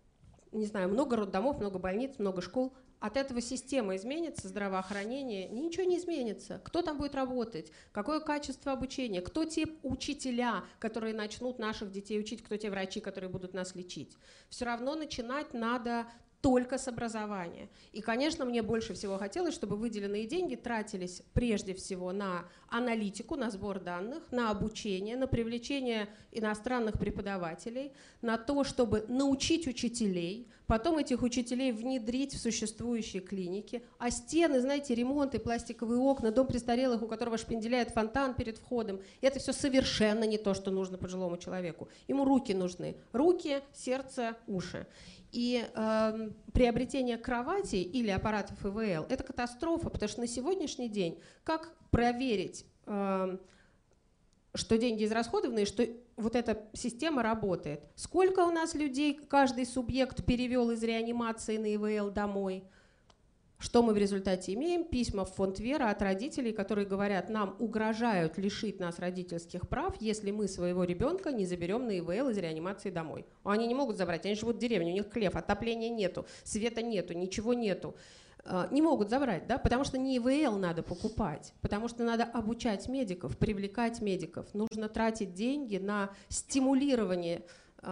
не знаю, много роддомов, много больниц, много школ, от этого система изменится, здравоохранение, ничего не изменится. Кто там будет работать, какое качество обучения, кто те учителя, которые начнут наших детей учить, кто те врачи, которые будут нас лечить. Все равно начинать надо только с образования. И, конечно, мне больше всего хотелось, чтобы выделенные деньги тратились прежде всего на аналитику, на сбор данных, на обучение, на привлечение иностранных преподавателей, на то, чтобы научить учителей, потом этих учителей внедрить в существующие клиники, а стены, знаете, ремонты, пластиковые окна, дом престарелых, у которого шпинделяет фонтан перед входом, это все совершенно не то, что нужно пожилому человеку. Ему руки нужны. Руки, сердце, уши. И э, приобретение кроватей или аппаратов И В Л – это катастрофа, потому что на сегодняшний день как проверить, э, что деньги израсходованы, и что вот эта система работает? Сколько у нас людей каждый субъект перевел из реанимации на И В Л домой? Что мы в результате имеем? Письма в фонд Вера от родителей, которые говорят, нам угрожают лишить нас родительских прав, если мы своего ребенка не заберем на И В Л из реанимации домой. Они не могут забрать, они живут в деревне, у них хлев, отопления нету, света нету, ничего нету. Не могут забрать, да, потому что не И В Л надо покупать, потому что надо обучать медиков, привлекать медиков. Нужно тратить деньги на стимулирование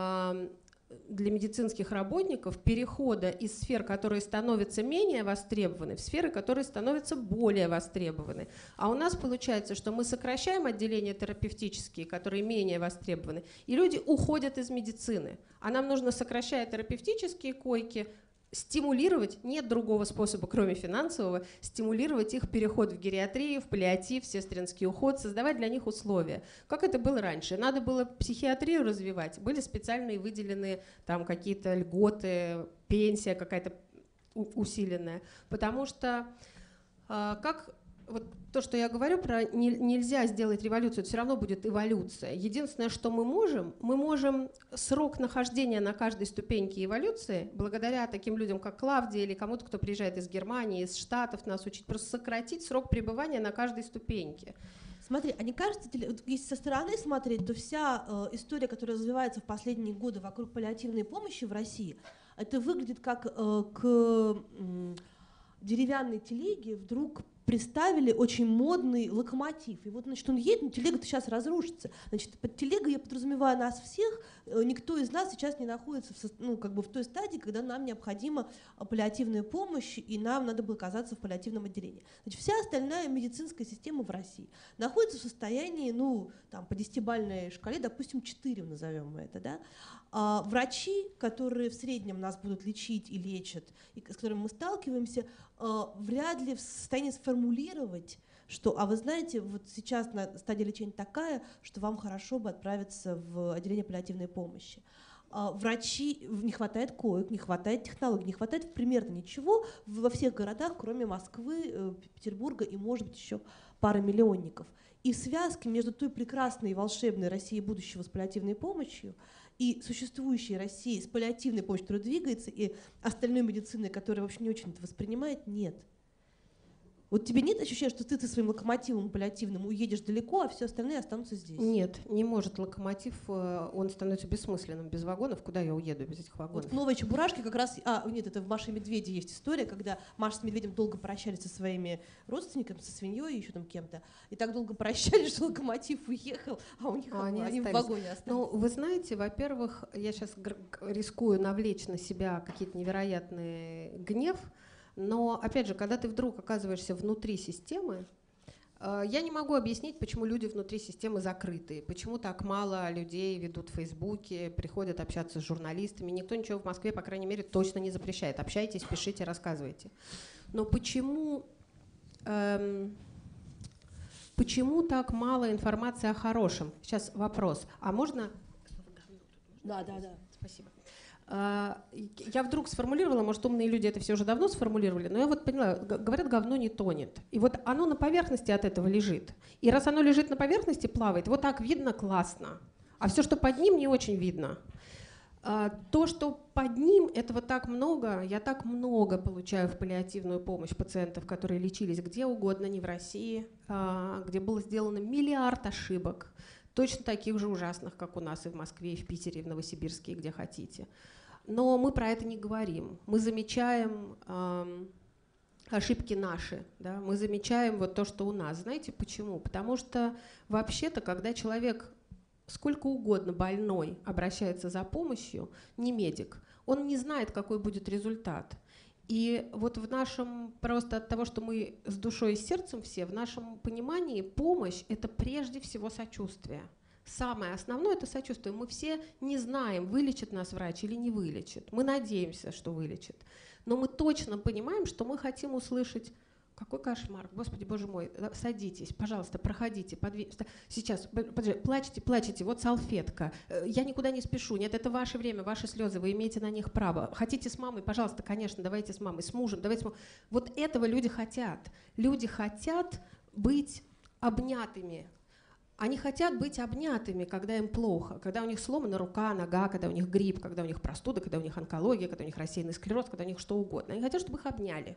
для медицинских работников перехода из сфер, которые становятся менее востребованы, в сферы, которые становятся более востребованы. А у нас получается, что мы сокращаем отделения терапевтические, которые менее востребованы, и люди уходят из медицины. А нам нужно, сокращая терапевтические койки, стимулировать, нет другого способа, кроме финансового, стимулировать их переход в гериатрию, в паллиатив, в сестринский уход, создавать для них условия. Как это было раньше? Надо было психиатрию развивать, были специальные выделенные там какие-то льготы, пенсия какая-то усиленная. Потому что э, как вот то, что я говорю про не, нельзя сделать революцию, это все равно будет эволюция. Единственное, что мы можем, мы можем срок нахождения на каждой ступеньке эволюции, благодаря таким людям, как Клавдия или кому-то, кто приезжает из Германии, из Штатов нас учить, просто сократить срок пребывания на каждой ступеньке. Смотри, а не кажется, если со стороны смотреть, то вся э, история, которая развивается в последние годы вокруг паллиативной помощи в России, это выглядит как э, к э, деревянной телеге вдруг представили очень модный локомотив. И вот, значит, он едет, но телега-то сейчас разрушится. Значит, под телегой я подразумеваю нас всех. Никто из нас сейчас не находится в, ну, как бы в той стадии, когда нам необходима паллиативная помощь, и нам надо было оказаться в паллиативном отделении. Значит, вся остальная медицинская система в России находится в состоянии, ну, там, по десятибалльной шкале, допустим, четыре назовем мы это, да. А врачи, которые в среднем нас будут лечить и лечат, и с которыми мы сталкиваемся, вряд ли в состоянии сформулировать что, а вы знаете, вот сейчас на стадия лечения такая, что вам хорошо бы отправиться в отделение паллиативной помощи. А врачи, не хватает коек, не хватает технологий, не хватает примерно ничего во всех городах, кроме Москвы, Петербурга и, может быть, еще пары миллионников. И связки между той прекрасной и волшебной Россией будущего с паллиативной помощью и существующей Россией с паллиативной помощью, которая двигается, и остальной медициной, которая вообще не очень это воспринимает, нет. Вот тебе нет ощущения, что ты, ты своим локомотивом паллиативным уедешь далеко, а все остальные останутся здесь? Нет, не может локомотив, он становится бессмысленным без вагонов. Куда я уеду без этих вагонов? Вот в «Новой Чебурашке» как раз, а, нет, это в «Маше и Медведе» есть история, когда Маша с Медведем долго прощались со своими родственниками, со свиньей и еще там кем-то, и так долго прощались, что локомотив уехал, а у них а они, они в вагоне остались. Ну, вы знаете, во-первых, я сейчас рискую навлечь на себя какие-то невероятный гнев, но, опять же, когда ты вдруг оказываешься внутри системы, э, я не могу объяснить, почему люди внутри системы закрыты, почему так мало людей ведут в Фейсбуке, приходят общаться с журналистами. Никто ничего в Москве, по крайней мере, точно не запрещает. Общайтесь, пишите, рассказывайте. Но почему, эм, почему так мало информации о хорошем? Сейчас вопрос. А можно... Да, да, да. Спасибо. Я вдруг сформулировала, может, умные люди это все уже давно сформулировали, но я вот поняла, говорят, говно не тонет. И вот оно на поверхности от этого лежит. И раз оно лежит на поверхности, плавает, вот так видно классно. А все, что под ним, не очень видно. То, что под ним, этого так много, я так много получаю в паллиативную помощь пациентов, которые лечились где угодно, не в России, где было сделано миллиард ошибок, точно таких же ужасных, как у нас и в Москве, и в Питере, и в Новосибирске, и где хотите. Но мы про это не говорим. Мы замечаем э, ошибки наши, да? Мы замечаем вот то, что у нас. Знаете почему? Потому что вообще-то, когда человек сколько угодно больной обращается за помощью, не медик, он не знает, какой будет результат. И вот в нашем, просто от того, что мы с душой и сердцем все, в нашем понимании помощь — это прежде всего сочувствие. Самое основное — это сочувствие. Мы все не знаем, вылечит нас врач или не вылечит. Мы надеемся, что вылечит. Но мы точно понимаем, что мы хотим услышать: какой кошмар, Господи, Боже мой, садитесь, пожалуйста, проходите, подвиньтесь. Сейчас, подожди, плачете, плачете, вот салфетка, я никуда не спешу, нет, это ваше время, ваши слезы, вы имеете на них право. Хотите с мамой, пожалуйста, конечно, давайте с мамой, с мужем, давайте с мужем. Вот этого люди хотят. Люди хотят быть обнятыми. Они хотят быть обнятыми, когда им плохо, когда у них сломана рука, нога, когда у них грипп, когда у них простуда, когда у них онкология, когда у них рассеянный склероз, когда у них что угодно. Они хотят, чтобы их обняли.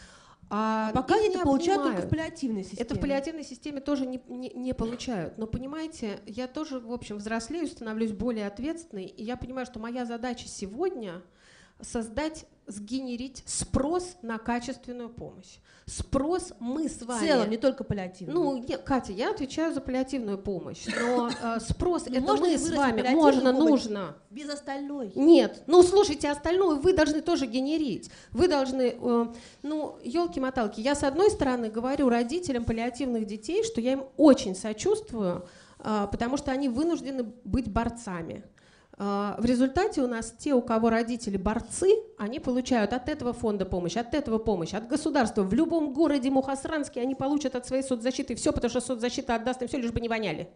А пока они это получают обнимают. только в паллиативной системе. Это в паллиативной системе тоже не, не, не получают. Но понимаете, я тоже, в общем, взрослею, становлюсь более ответственной, и я понимаю, что моя задача сегодня — создать, сгенерить спрос на качественную помощь. Спрос мы с вами... В целом, не только паллиативную. Ну, я, Катя, я отвечаю за паллиативную помощь, но э, спрос — это можно мы с вами. Можно, нужно. Без остальной. Нет. Ну, слушайте, остальное вы должны тоже генерить. Вы должны... Э, ну, елки-моталки, я с одной стороны говорю родителям паллиативных детей, что я им очень сочувствую, э, потому что они вынуждены быть борцами. В результате у нас те, у кого родители борцы, они получают от этого фонда помощь, от этого помощь, от государства. В любом городе Мухосранске они получат от своей соцзащиты все, потому что соцзащита отдаст им все, лишь бы не воняли.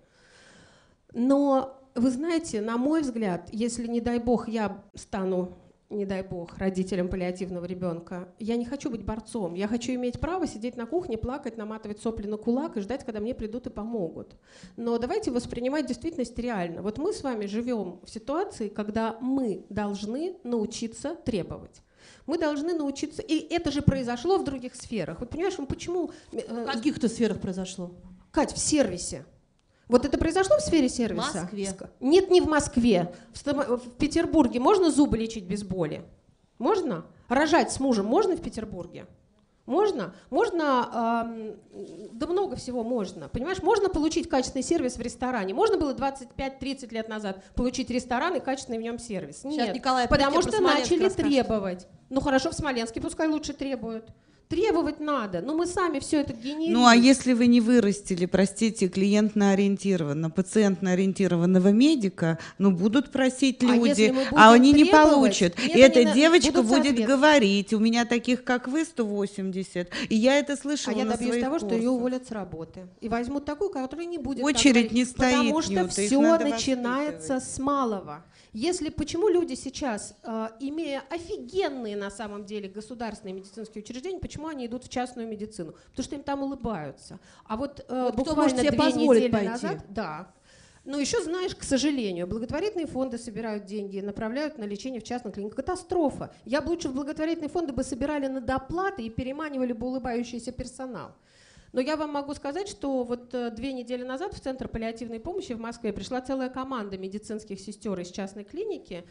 Но вы знаете, на мой взгляд, если, не дай бог, я стану, не дай бог, родителем паллиативного ребенка, я не хочу быть борцом. Я хочу иметь право сидеть на кухне, плакать, наматывать сопли на кулак и ждать, когда мне придут и помогут. Но давайте воспринимать действительность реально. Вот мы с вами живем в ситуации, когда мы должны научиться требовать. Мы должны научиться... И это же произошло в других сферах. Вот понимаешь, почему... В каких-то сферах произошло? Кать, в сервисе. Вот это произошло в сфере сервиса? В Москве. Нет, не в Москве. В, в Петербурге можно зубы лечить без боли? Можно? Рожать с мужем можно в Петербурге? Можно? Можно, э, да много всего можно. Понимаешь, можно получить качественный сервис в ресторане. Можно было двадцать пять тридцать лет назад получить ресторан и качественный в нем сервис? Нет, Николай потому что начали расскажет. требовать. Ну хорошо, в Смоленске пускай лучше требуют. Требовать надо, но мы сами все это генерируем. Ну а если вы не вырастили, простите, клиентно-ориентированного, пациентно-ориентированного медика, ну будут просить люди, а, а они не получат. И эта на... девочка будет говорить, у меня таких, как вы, сто восемьдесят, и я это слышала а на своих я добьюсь того, курсах. что ее уволят с работы. И возьмут такую, которая не будет очередь не стоит, потому что Нюта, все начинается с малого. Если почему люди сейчас, э, имея офигенные на самом деле государственные медицинские учреждения, почему они идут в частную медицину? Потому что им там улыбаются. А вот, э, вот буквально две недели пойти? назад, да. Но еще знаешь, к сожалению, благотворительные фонды собирают деньги и направляют на лечение в частных клиниках. Катастрофа. Я бы лучше в благотворительные фонды бы собирали на доплаты и переманивали бы улыбающийся персонал. Но я вам могу сказать, что вот э, две недели назад в Центр паллиативной помощи в Москве пришла целая команда медицинских сестер из частной клиники,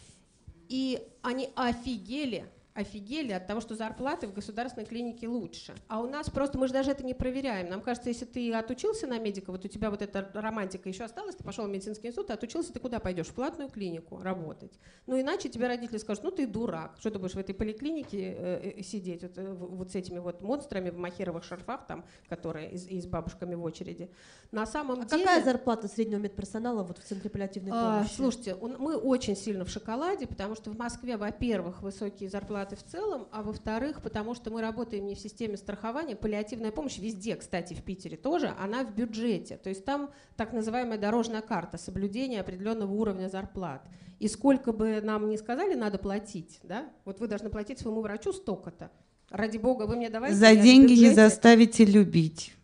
и они офигели, офигели от того, что зарплаты в государственной клинике лучше. А у нас просто, мы же даже это не проверяем. Нам кажется, если ты отучился на медика, вот у тебя вот эта романтика еще осталась, ты пошел в медицинский институт, ты отучился, ты куда пойдешь? В платную клинику работать. Ну иначе тебе родители скажут, ну ты дурак, что ты будешь в этой поликлинике э, сидеть вот, э, вот с этими вот монстрами в махеровых шарфах, там, которые и, и с бабушками в очереди. На самом а деле... какая зарплата среднего медперсонала вот в Центре паллиативной помощи? А, слушайте, он, мы очень сильно в шоколаде, потому что в Москве, во-первых, высокие зарплаты в целом, а во-вторых, потому что мы работаем не в системе страхования. Паллиативная помощь везде, кстати, в Питере тоже, она в бюджете. То есть там так называемая дорожная карта, соблюдение определенного уровня зарплат. И сколько бы нам ни сказали, надо платить, да? Вот вы должны платить своему врачу столько-то. Ради бога, вы мне давайте... За деньги не заставите любить.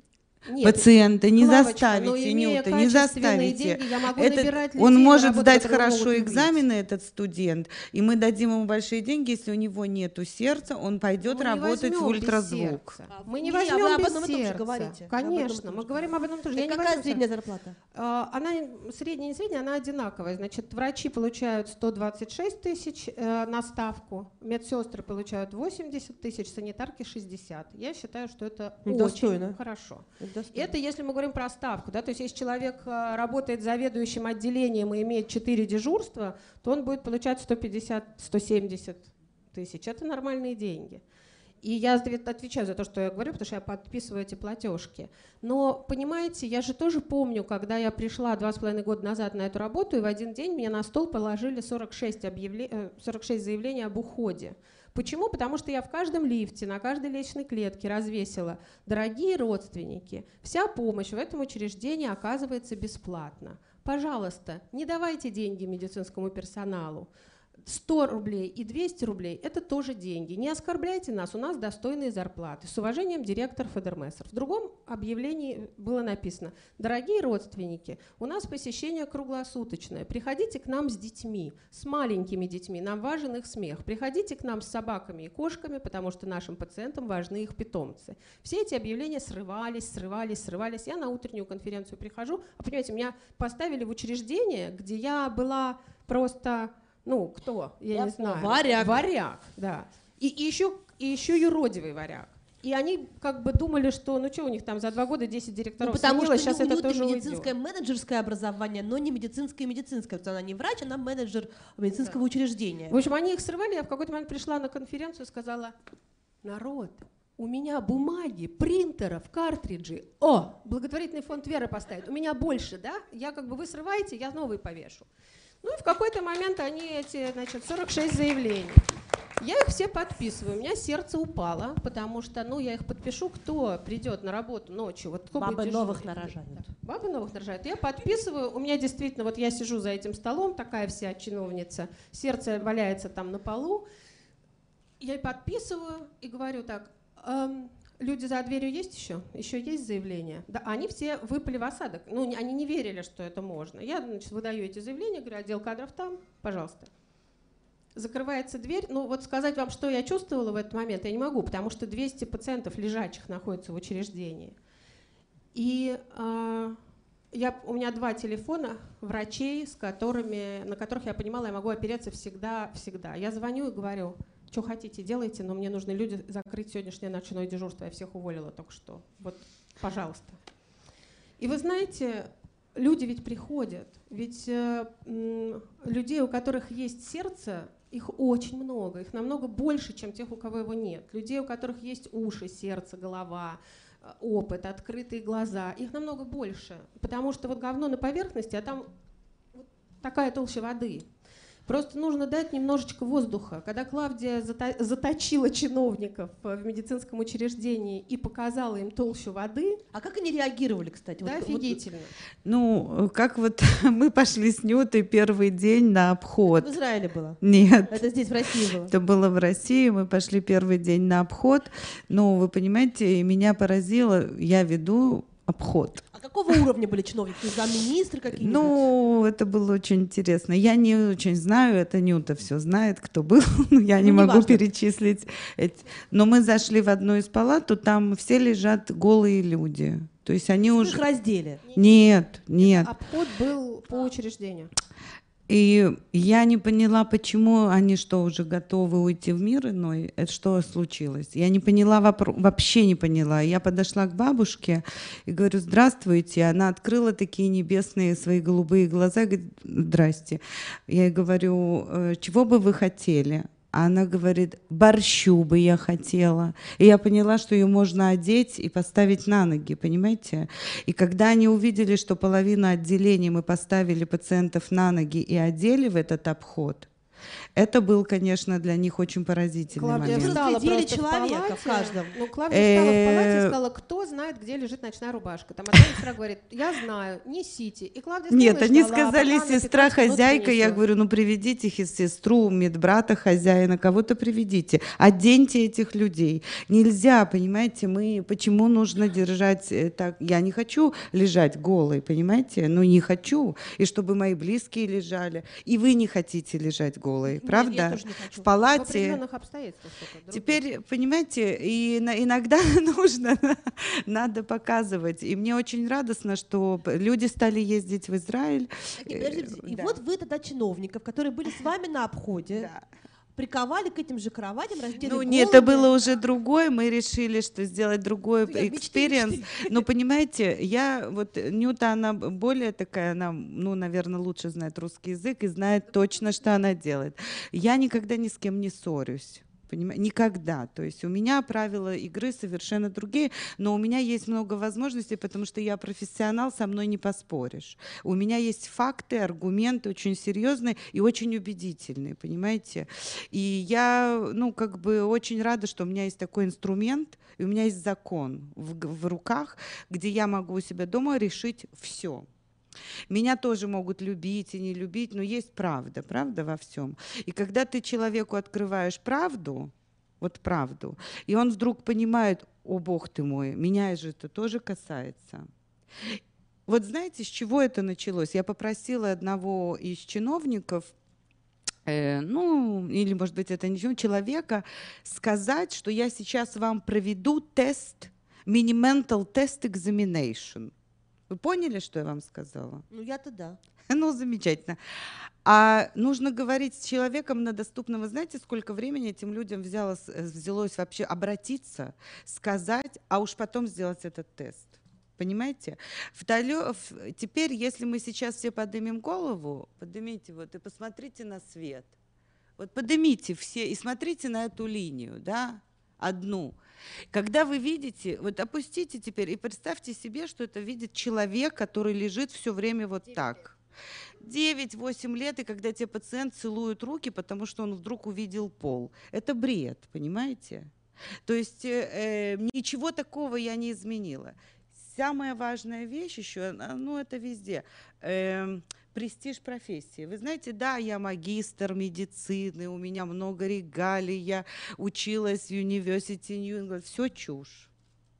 Нет, пациента не Клавочка, заставите, Нюта, не заставите. Деньги, я могу этот, людей, он может сдать хорошо экзамены, этот студент, и мы дадим ему большие деньги, если у него нету сердца, он пойдет мы работать в ультразвук. А, мы не возьмем а без об этом сердца. Говорите. Конечно, мы говорим об этом тоже. Так какая средняя зарплата? А, она средняя, не средняя, она одинаковая. Значит, врачи получают сто двадцать шесть тысяч э, на ставку, медсестры получают восемьдесят тысяч, санитарки шестьдесят. Я считаю, что это достойно. Очень хорошо. Это, это если мы говорим про ставку, да, то есть если человек э, работает заведующим отделением и имеет четыре дежурства, то он будет получать сто пятьдесят - сто семьдесят тысяч. Это нормальные деньги. И я отвечаю за то, что я говорю, потому что я подписываю эти платежки. Но, понимаете, я же тоже помню, когда я пришла два с половиной года назад на эту работу, и в один день мне на стол положили сорок шесть, объявле... сорок шесть заявлений об уходе. Почему? Потому что я в каждом лифте, на каждой лестничной клетке развесила: дорогие родственники, вся помощь в этом учреждении оказывается бесплатно. Пожалуйста, не давайте деньги медицинскому персоналу. сто рублей и двести рублей – это тоже деньги. Не оскорбляйте нас, у нас достойные зарплаты. С уважением, директор ФЭДЕРМЕСР. В другом объявлении было написано: дорогие родственники, у нас посещение круглосуточное. Приходите к нам с детьми, с маленькими детьми, нам важен их смех. Приходите к нам с собаками и кошками, потому что нашим пациентам важны их питомцы. Все эти объявления срывались, срывались, срывались. Я на утреннюю конференцию прихожу, а понимаете, меня поставили в учреждение, где я была просто... Ну, кто? Я, я не знаю. Варяг. Варяг, да. И, и, еще, и еще юродивый варяг. И они как бы думали, что ну что у них там за два года десять директоров ну, потому сменилось, что сейчас это тоже медицинское уйдет. менеджерское образование, но не медицинское медицинское. Она не врач, она менеджер медицинского да. учреждения. В общем, они их срывали, я в какой-то момент пришла на конференцию и сказала: народ, у меня бумаги, принтеров, картриджи. О, благотворительный фонд Вера поставит. У меня больше, да? Я как бы, вы срываете, я новые повешу. Ну и в какой-то момент они эти, значит, сорок шесть заявлений. Я их все подписываю. У меня сердце упало, потому что, ну, я их подпишу, кто придет на работу ночью. Вот кто бабы будет новых нарожают. Да. Бабы новых нарожают. Я подписываю. У меня действительно, вот я сижу за этим столом, такая вся чиновница, сердце валяется там на полу. Я подписываю и говорю так: эм, люди за дверью есть еще? Еще есть заявления? Да, они все выпали в осадок. Ну, они не верили, что это можно. Я, значит, выдаю эти заявления, говорю: отдел кадров там, пожалуйста. Закрывается дверь. Ну, вот сказать вам, что я чувствовала в этот момент, я не могу, потому что двести пациентов лежачих находятся в учреждении. И э, я, у меня два телефона врачей, с которыми, на которых я понимала, я могу опереться всегда-всегда. Я звоню и говорю: что хотите, делайте, но мне нужны люди закрыть сегодняшнее ночное дежурство. Я всех уволила только что. Вот, пожалуйста. И вы знаете, люди ведь приходят. Ведь э, м, людей, у которых есть сердце, Их очень много, их намного больше, чем тех, у кого его нет. Людей, у которых есть уши, сердце, голова, опыт, открытые глаза, их намного больше. Потому что вот говно на поверхности, а там вот такая толща воды. Просто нужно дать немножечко воздуха. Когда Клавдия заточила чиновников в медицинском учреждении и показала им толщу воды... А как они реагировали, кстати? Да, вот, офигительно. Вот... Ну, как вот мы пошли с Нютой первый день на обход. Это в Израиле было? Нет. Это здесь, в России было? Это было в России, мы пошли первый день на обход. Но вы понимаете, меня поразило, я веду обход. А какого уровня были чиновники? Замминистры какие-нибудь? Ну, это было очень интересно. Я не очень знаю, это Нюта все знает, кто был. Я Ну, не могу неважно. перечислить. Эти. Но мы зашли в одну из палат, то там все лежат голые люди. То есть они Вы уже... их раздели? Нет, нет. Обход был по учреждению. И я не поняла, почему они что, уже готовы уйти в мир иной? Это что случилось? Я не поняла, вопро- вообще не поняла. Я подошла к бабушке и говорю: здравствуйте. Она открыла такие небесные свои голубые глаза и говорит: здрасте. Я ей говорю: чего бы вы хотели? А она говорит: борщу бы я хотела. И я поняла, что ее можно одеть и поставить на ноги, понимаете? И когда они увидели, что половину отделений мы поставили пациентов на ноги и одели в этот обход, это был, конечно, для них очень поразительный Клавдия момент. встала Разглядели просто в человека палате. в каждом. Ну, Клавдия встала в палате и Э, сказала: кто знает, где лежит ночная рубашка. Там одна сестра говорит: я знаю, несите. И Клавдия Нет, стояла и они ждала, сказали: пока она сестра, пятнадцать минут хозяйка. Я принесет. говорю: ну приведите их, сестру, медбрата, хозяина, кого-то приведите. Оденьте этих людей. Нельзя, понимаете, мы... Почему нужно держать так? Я не хочу лежать голой, понимаете? Ну не хочу. И чтобы мои близкие лежали. И вы не хотите лежать голой, Нет, правда? я тоже не хочу. В В палате... определенных обстоятельствах только, других. Теперь, понимаете, и на- иногда нужно, надо показывать. И мне очень радостно, что люди стали ездить в Израиль. Окей, подождите, подождите. И Да. вот вы тогда чиновников, которые были с вами на обходе, Да. приковали к этим же кроватям, раздели Ну, нет, это головы. было уже другое. Мы решили, что сделать другой Ну, я мечты, экспириенс. мечты. Но понимаете, я вот Нюта, она более такая, она, ну, наверное, лучше знает русский язык и знает точно, что она делает. Я никогда ни с кем не ссорюсь. Понимаете? Никогда. То есть у меня правила игры совершенно другие, но у меня есть много возможностей, потому что я профессионал, со мной не поспоришь. У меня есть факты, аргументы очень серьезные и очень убедительные, понимаете? И я, ну, как бы очень рада, что у меня есть такой инструмент, и у меня есть закон в, г- в руках, где я могу у себя дома решить все. Меня тоже могут любить и не любить, но есть правда, правда во всем. И когда ты человеку открываешь правду, вот правду, и он вдруг понимает: о, Бог ты мой, меня же это тоже касается. Вот знаете, с чего это началось? Я попросила одного из чиновников, э, ну, или, может быть, это не человека, сказать, что я сейчас вам проведу тест, mini-mental test examination. Вы поняли, что я вам сказала? Ну, я-то да. Ну, замечательно. А нужно говорить с человеком на доступном. Вы знаете, сколько времени этим людям взялось, взялось вообще обратиться, сказать, а уж потом сделать этот тест? Понимаете? Вдалё- в- Теперь, если мы сейчас все поднимем голову, поднимите вот и посмотрите на свет. Вот поднимите все и смотрите на эту линию, да, одну. Когда вы видите, вот опустите теперь и представьте себе, что это видит человек, который лежит все время вот так. девять-восемь лет, и когда тебе пациент целует руки, потому что он вдруг увидел пол. Это бред, понимаете? То есть э, э, ничего такого я не изменила. Самая важная вещь еще, ну это везде, э, престиж профессии. Вы знаете, да, я магистр медицины, у меня много регалий, я училась в University New England, все чушь.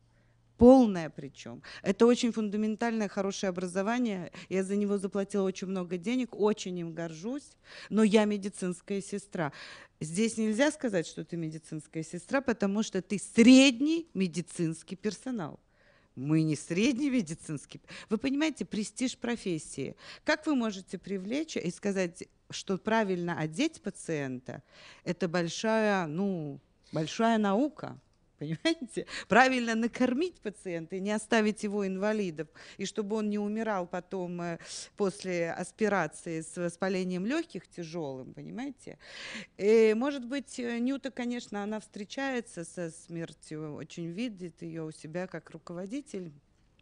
Полное причем. Это очень фундаментальное, хорошее образование. Я за него заплатила очень много денег, очень им горжусь. Но я медицинская сестра. Здесь нельзя сказать, что ты медицинская сестра, потому что ты средний медицинский персонал. Мы не средний медицинский. Вы понимаете, престиж профессии. Как вы можете привлечь и сказать, что правильно одеть пациента, это большая, ну, большая наука. Понимаете? Правильно накормить пациента и не оставить его инвалидом, и чтобы он не умирал потом э, после аспирации с воспалением легких тяжелым, понимаете? И, может быть, Нюта, конечно, она встречается со смертью, очень видит ее у себя как руководитель,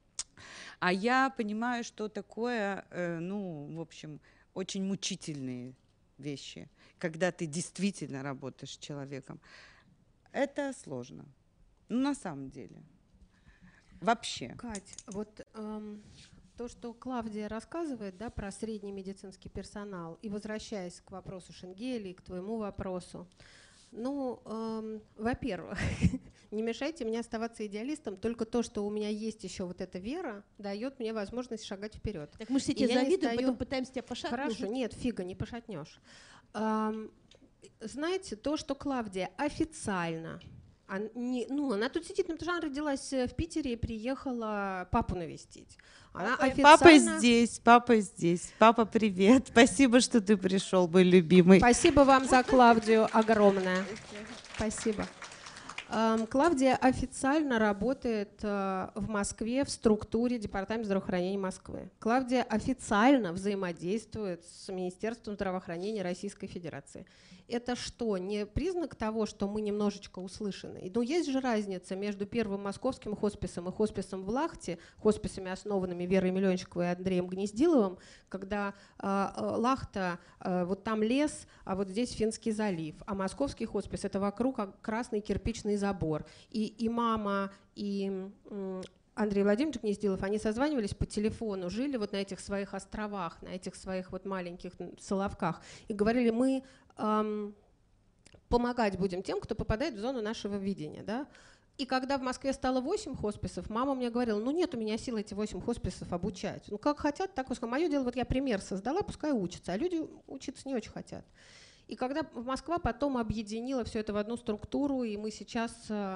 а я понимаю, что такое, э, ну, в общем, очень мучительные вещи, когда ты действительно работаешь с человеком. Это сложно. Ну, на самом деле. Вообще. Кать, вот эм, то, что Клавдия рассказывает, да, про средний медицинский персонал, и возвращаясь к вопросу Шенгели, к твоему вопросу, ну, эм, во-первых, не мешайте мне оставаться идеалистом, только то, что у меня есть еще вот эта вера, дает мне возможность шагать вперед. Так мы же все тебе завидуем, стою... потом пытаемся тебя пошатнуть. Хорошо, нет, фига, не пошатнешь. Эм, знаете, то, что Клавдия официально... А не, ну, она тут сидит, потому что она родилась в Питере и приехала папу навестить. Она официально... Папа здесь, папа здесь. Папа, привет. Спасибо, что ты пришел, мой любимый. Спасибо вам за Клавдию огромное. Спасибо. Эм, Клавдия официально работает э, в Москве в структуре Департамента здравоохранения Москвы. Клавдия официально взаимодействует с Министерством здравоохранения Российской Федерации. Это что, не признак того, что мы немножечко услышаны? Ну, есть же разница между первым московским хосписом и хосписом в Лахте, хосписами, основанными Верой Миллиончиковой и Андреем Гнездиловым, когда э, Лахта, э, вот там лес, а вот здесь Финский залив, а московский хоспис — это вокруг красный кирпичный забор. И, и мама, и... М, Андрей Владимирович Гнездилов, они созванивались по телефону, жили вот на этих своих островах, на этих своих вот маленьких соловках, и говорили, мы эм, помогать будем тем, кто попадает в зону нашего видения. Да? И когда в Москве стало восемь хосписов, мама мне говорила, ну нет у меня сил эти восемь хосписов обучать. Ну как хотят, так пускай. Мое дело, вот я пример создала, пускай учатся, а люди учиться не очень хотят. И когда Москва потом объединила все это в одну структуру, и мы сейчас...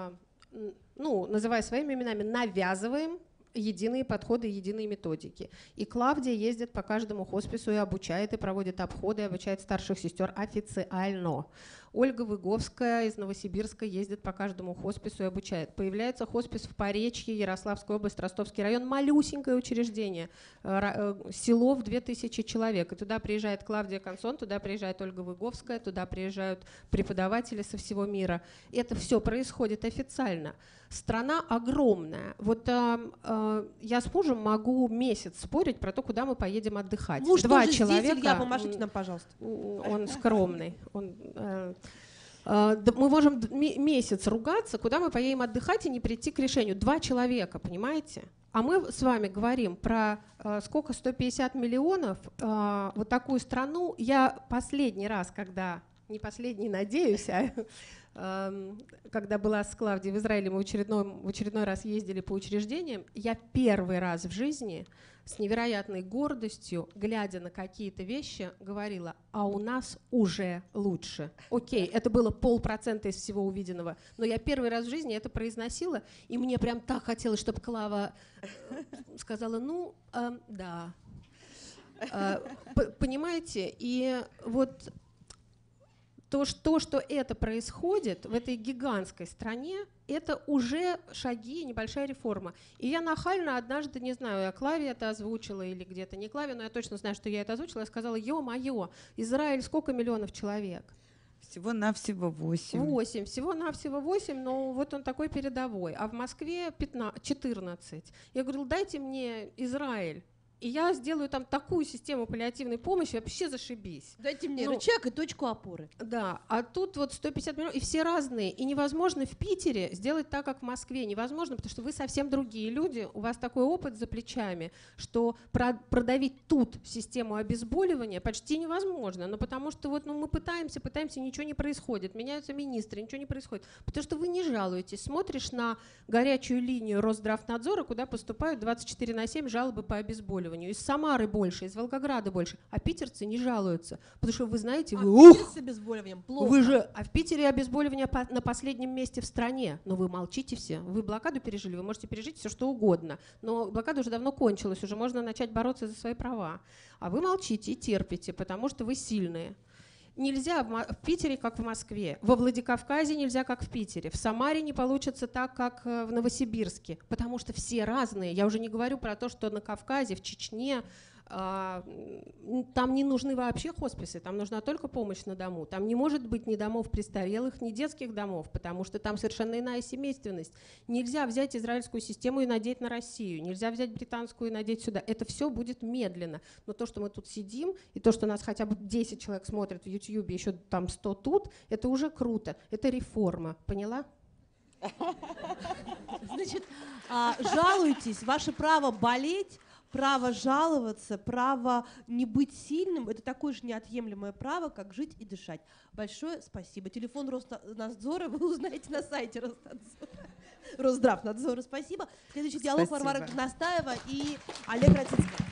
ну, называя своими именами, навязываем единые подходы, единые методики. И Клавдия ездит по каждому хоспису и обучает, и проводит обходы, и обучает старших сестер официально. Ольга Выговская из Новосибирска ездит по каждому хоспису и обучает. Появляется хоспис в Поречье, Ярославская область, Ростовский район, малюсенькое учреждение, село в две тысячи человек. И туда приезжает Клавдия Консон, туда приезжает Ольга Выговская, туда приезжают преподаватели со всего мира. И это все происходит официально. Страна огромная. Вот э, э, я с мужем могу месяц спорить про то, куда мы поедем отдыхать. Муж Два тоже человека. Здесь, Илья, помашите нам, пожалуйста. Он скромный. Он, э, э, мы можем месяц ругаться, куда мы поедем отдыхать и не прийти к решению. Два человека, понимаете? А мы с вами говорим про э, сколько, сто пятьдесят миллионов, э, вот такую страну. Я последний раз, когда, не последний, надеюсь, а когда была с Клавдией в Израиле, мы в очередной, в очередной раз ездили по учреждениям, я первый раз в жизни с невероятной гордостью, глядя на какие-то вещи, говорила, а у нас уже лучше. Окей, это было полпроцента из всего увиденного, но я первый раз в жизни это произносила, и мне прям так хотелось, чтобы Клава сказала, ну, э, да. Э, понимаете, и вот... То что, что это происходит в этой гигантской стране, это уже шаги, небольшая реформа. И я нахально однажды, не знаю, я Клаве это озвучила или где-то не Клаве, но я точно знаю, что я это озвучила, я сказала, ё-моё, Израиль сколько миллионов человек? Всего-навсего восемь. Восемь, всего-навсего восемь, но вот он такой передовой. А в Москве пятнадцать, четырнадцать. Я говорила, дайте мне Израиль. И я сделаю там такую систему паллиативной помощи, вообще зашибись. Дайте мне ну, рычаг и точку опоры. Да, а тут вот сто пятьдесят миллионов, и все разные. И невозможно в Питере сделать так, как в Москве. Невозможно, потому что вы совсем другие люди, у вас такой опыт за плечами, что про- продавить тут систему обезболивания почти невозможно. Но потому что вот, ну, мы пытаемся, пытаемся, ничего не происходит. Меняются министры, ничего не происходит. Потому что вы не жалуетесь. Смотришь на горячую линию Росздравнадзора, куда поступают двадцать четыре на семь жалобы по обезболиванию. Из Самары больше, из Волгограда больше, а питерцы не жалуются, потому что вы знаете, а вы, в Питере ух, с обезболиванием плохо. Вы же, а в Питере обезболивание по, на последнем месте в стране, но вы молчите все, вы блокаду пережили, вы можете пережить все что угодно, но блокада уже давно кончилась, уже можно начать бороться за свои права, а вы молчите и терпите, потому что вы сильные. Нельзя в, Мо- в Питере, как в Москве. Во Владикавказе нельзя, как в Питере. В Самаре не получится так, как э, в Новосибирске, потому что все разные. Я уже не говорю про то, что на Кавказе, в Чечне, а, м, там не нужны вообще хосписы, там нужна только помощь на дому. Там не может быть ни домов престарелых, ни детских домов, потому что там совершенно иная семейственность. Нельзя взять израильскую систему и надеть на Россию, нельзя взять британскую и надеть сюда. Это все будет медленно. Но то, что мы тут сидим, и то, что нас хотя бы десять человек смотрят в Ютьюбе, еще там сто тут, это уже круто. Это реформа. Поняла? Значит, а, жалуйтесь, ваше право болеть, право жаловаться, право не быть сильным — это такое же неотъемлемое право, как жить и дышать. Большое спасибо. Телефон Роснадзора вы узнаете на сайте Роснадзора. Росздравнадзора. Спасибо. Следующий диалог — Спасибо. Варвара Горностаева и Олег Радзинский.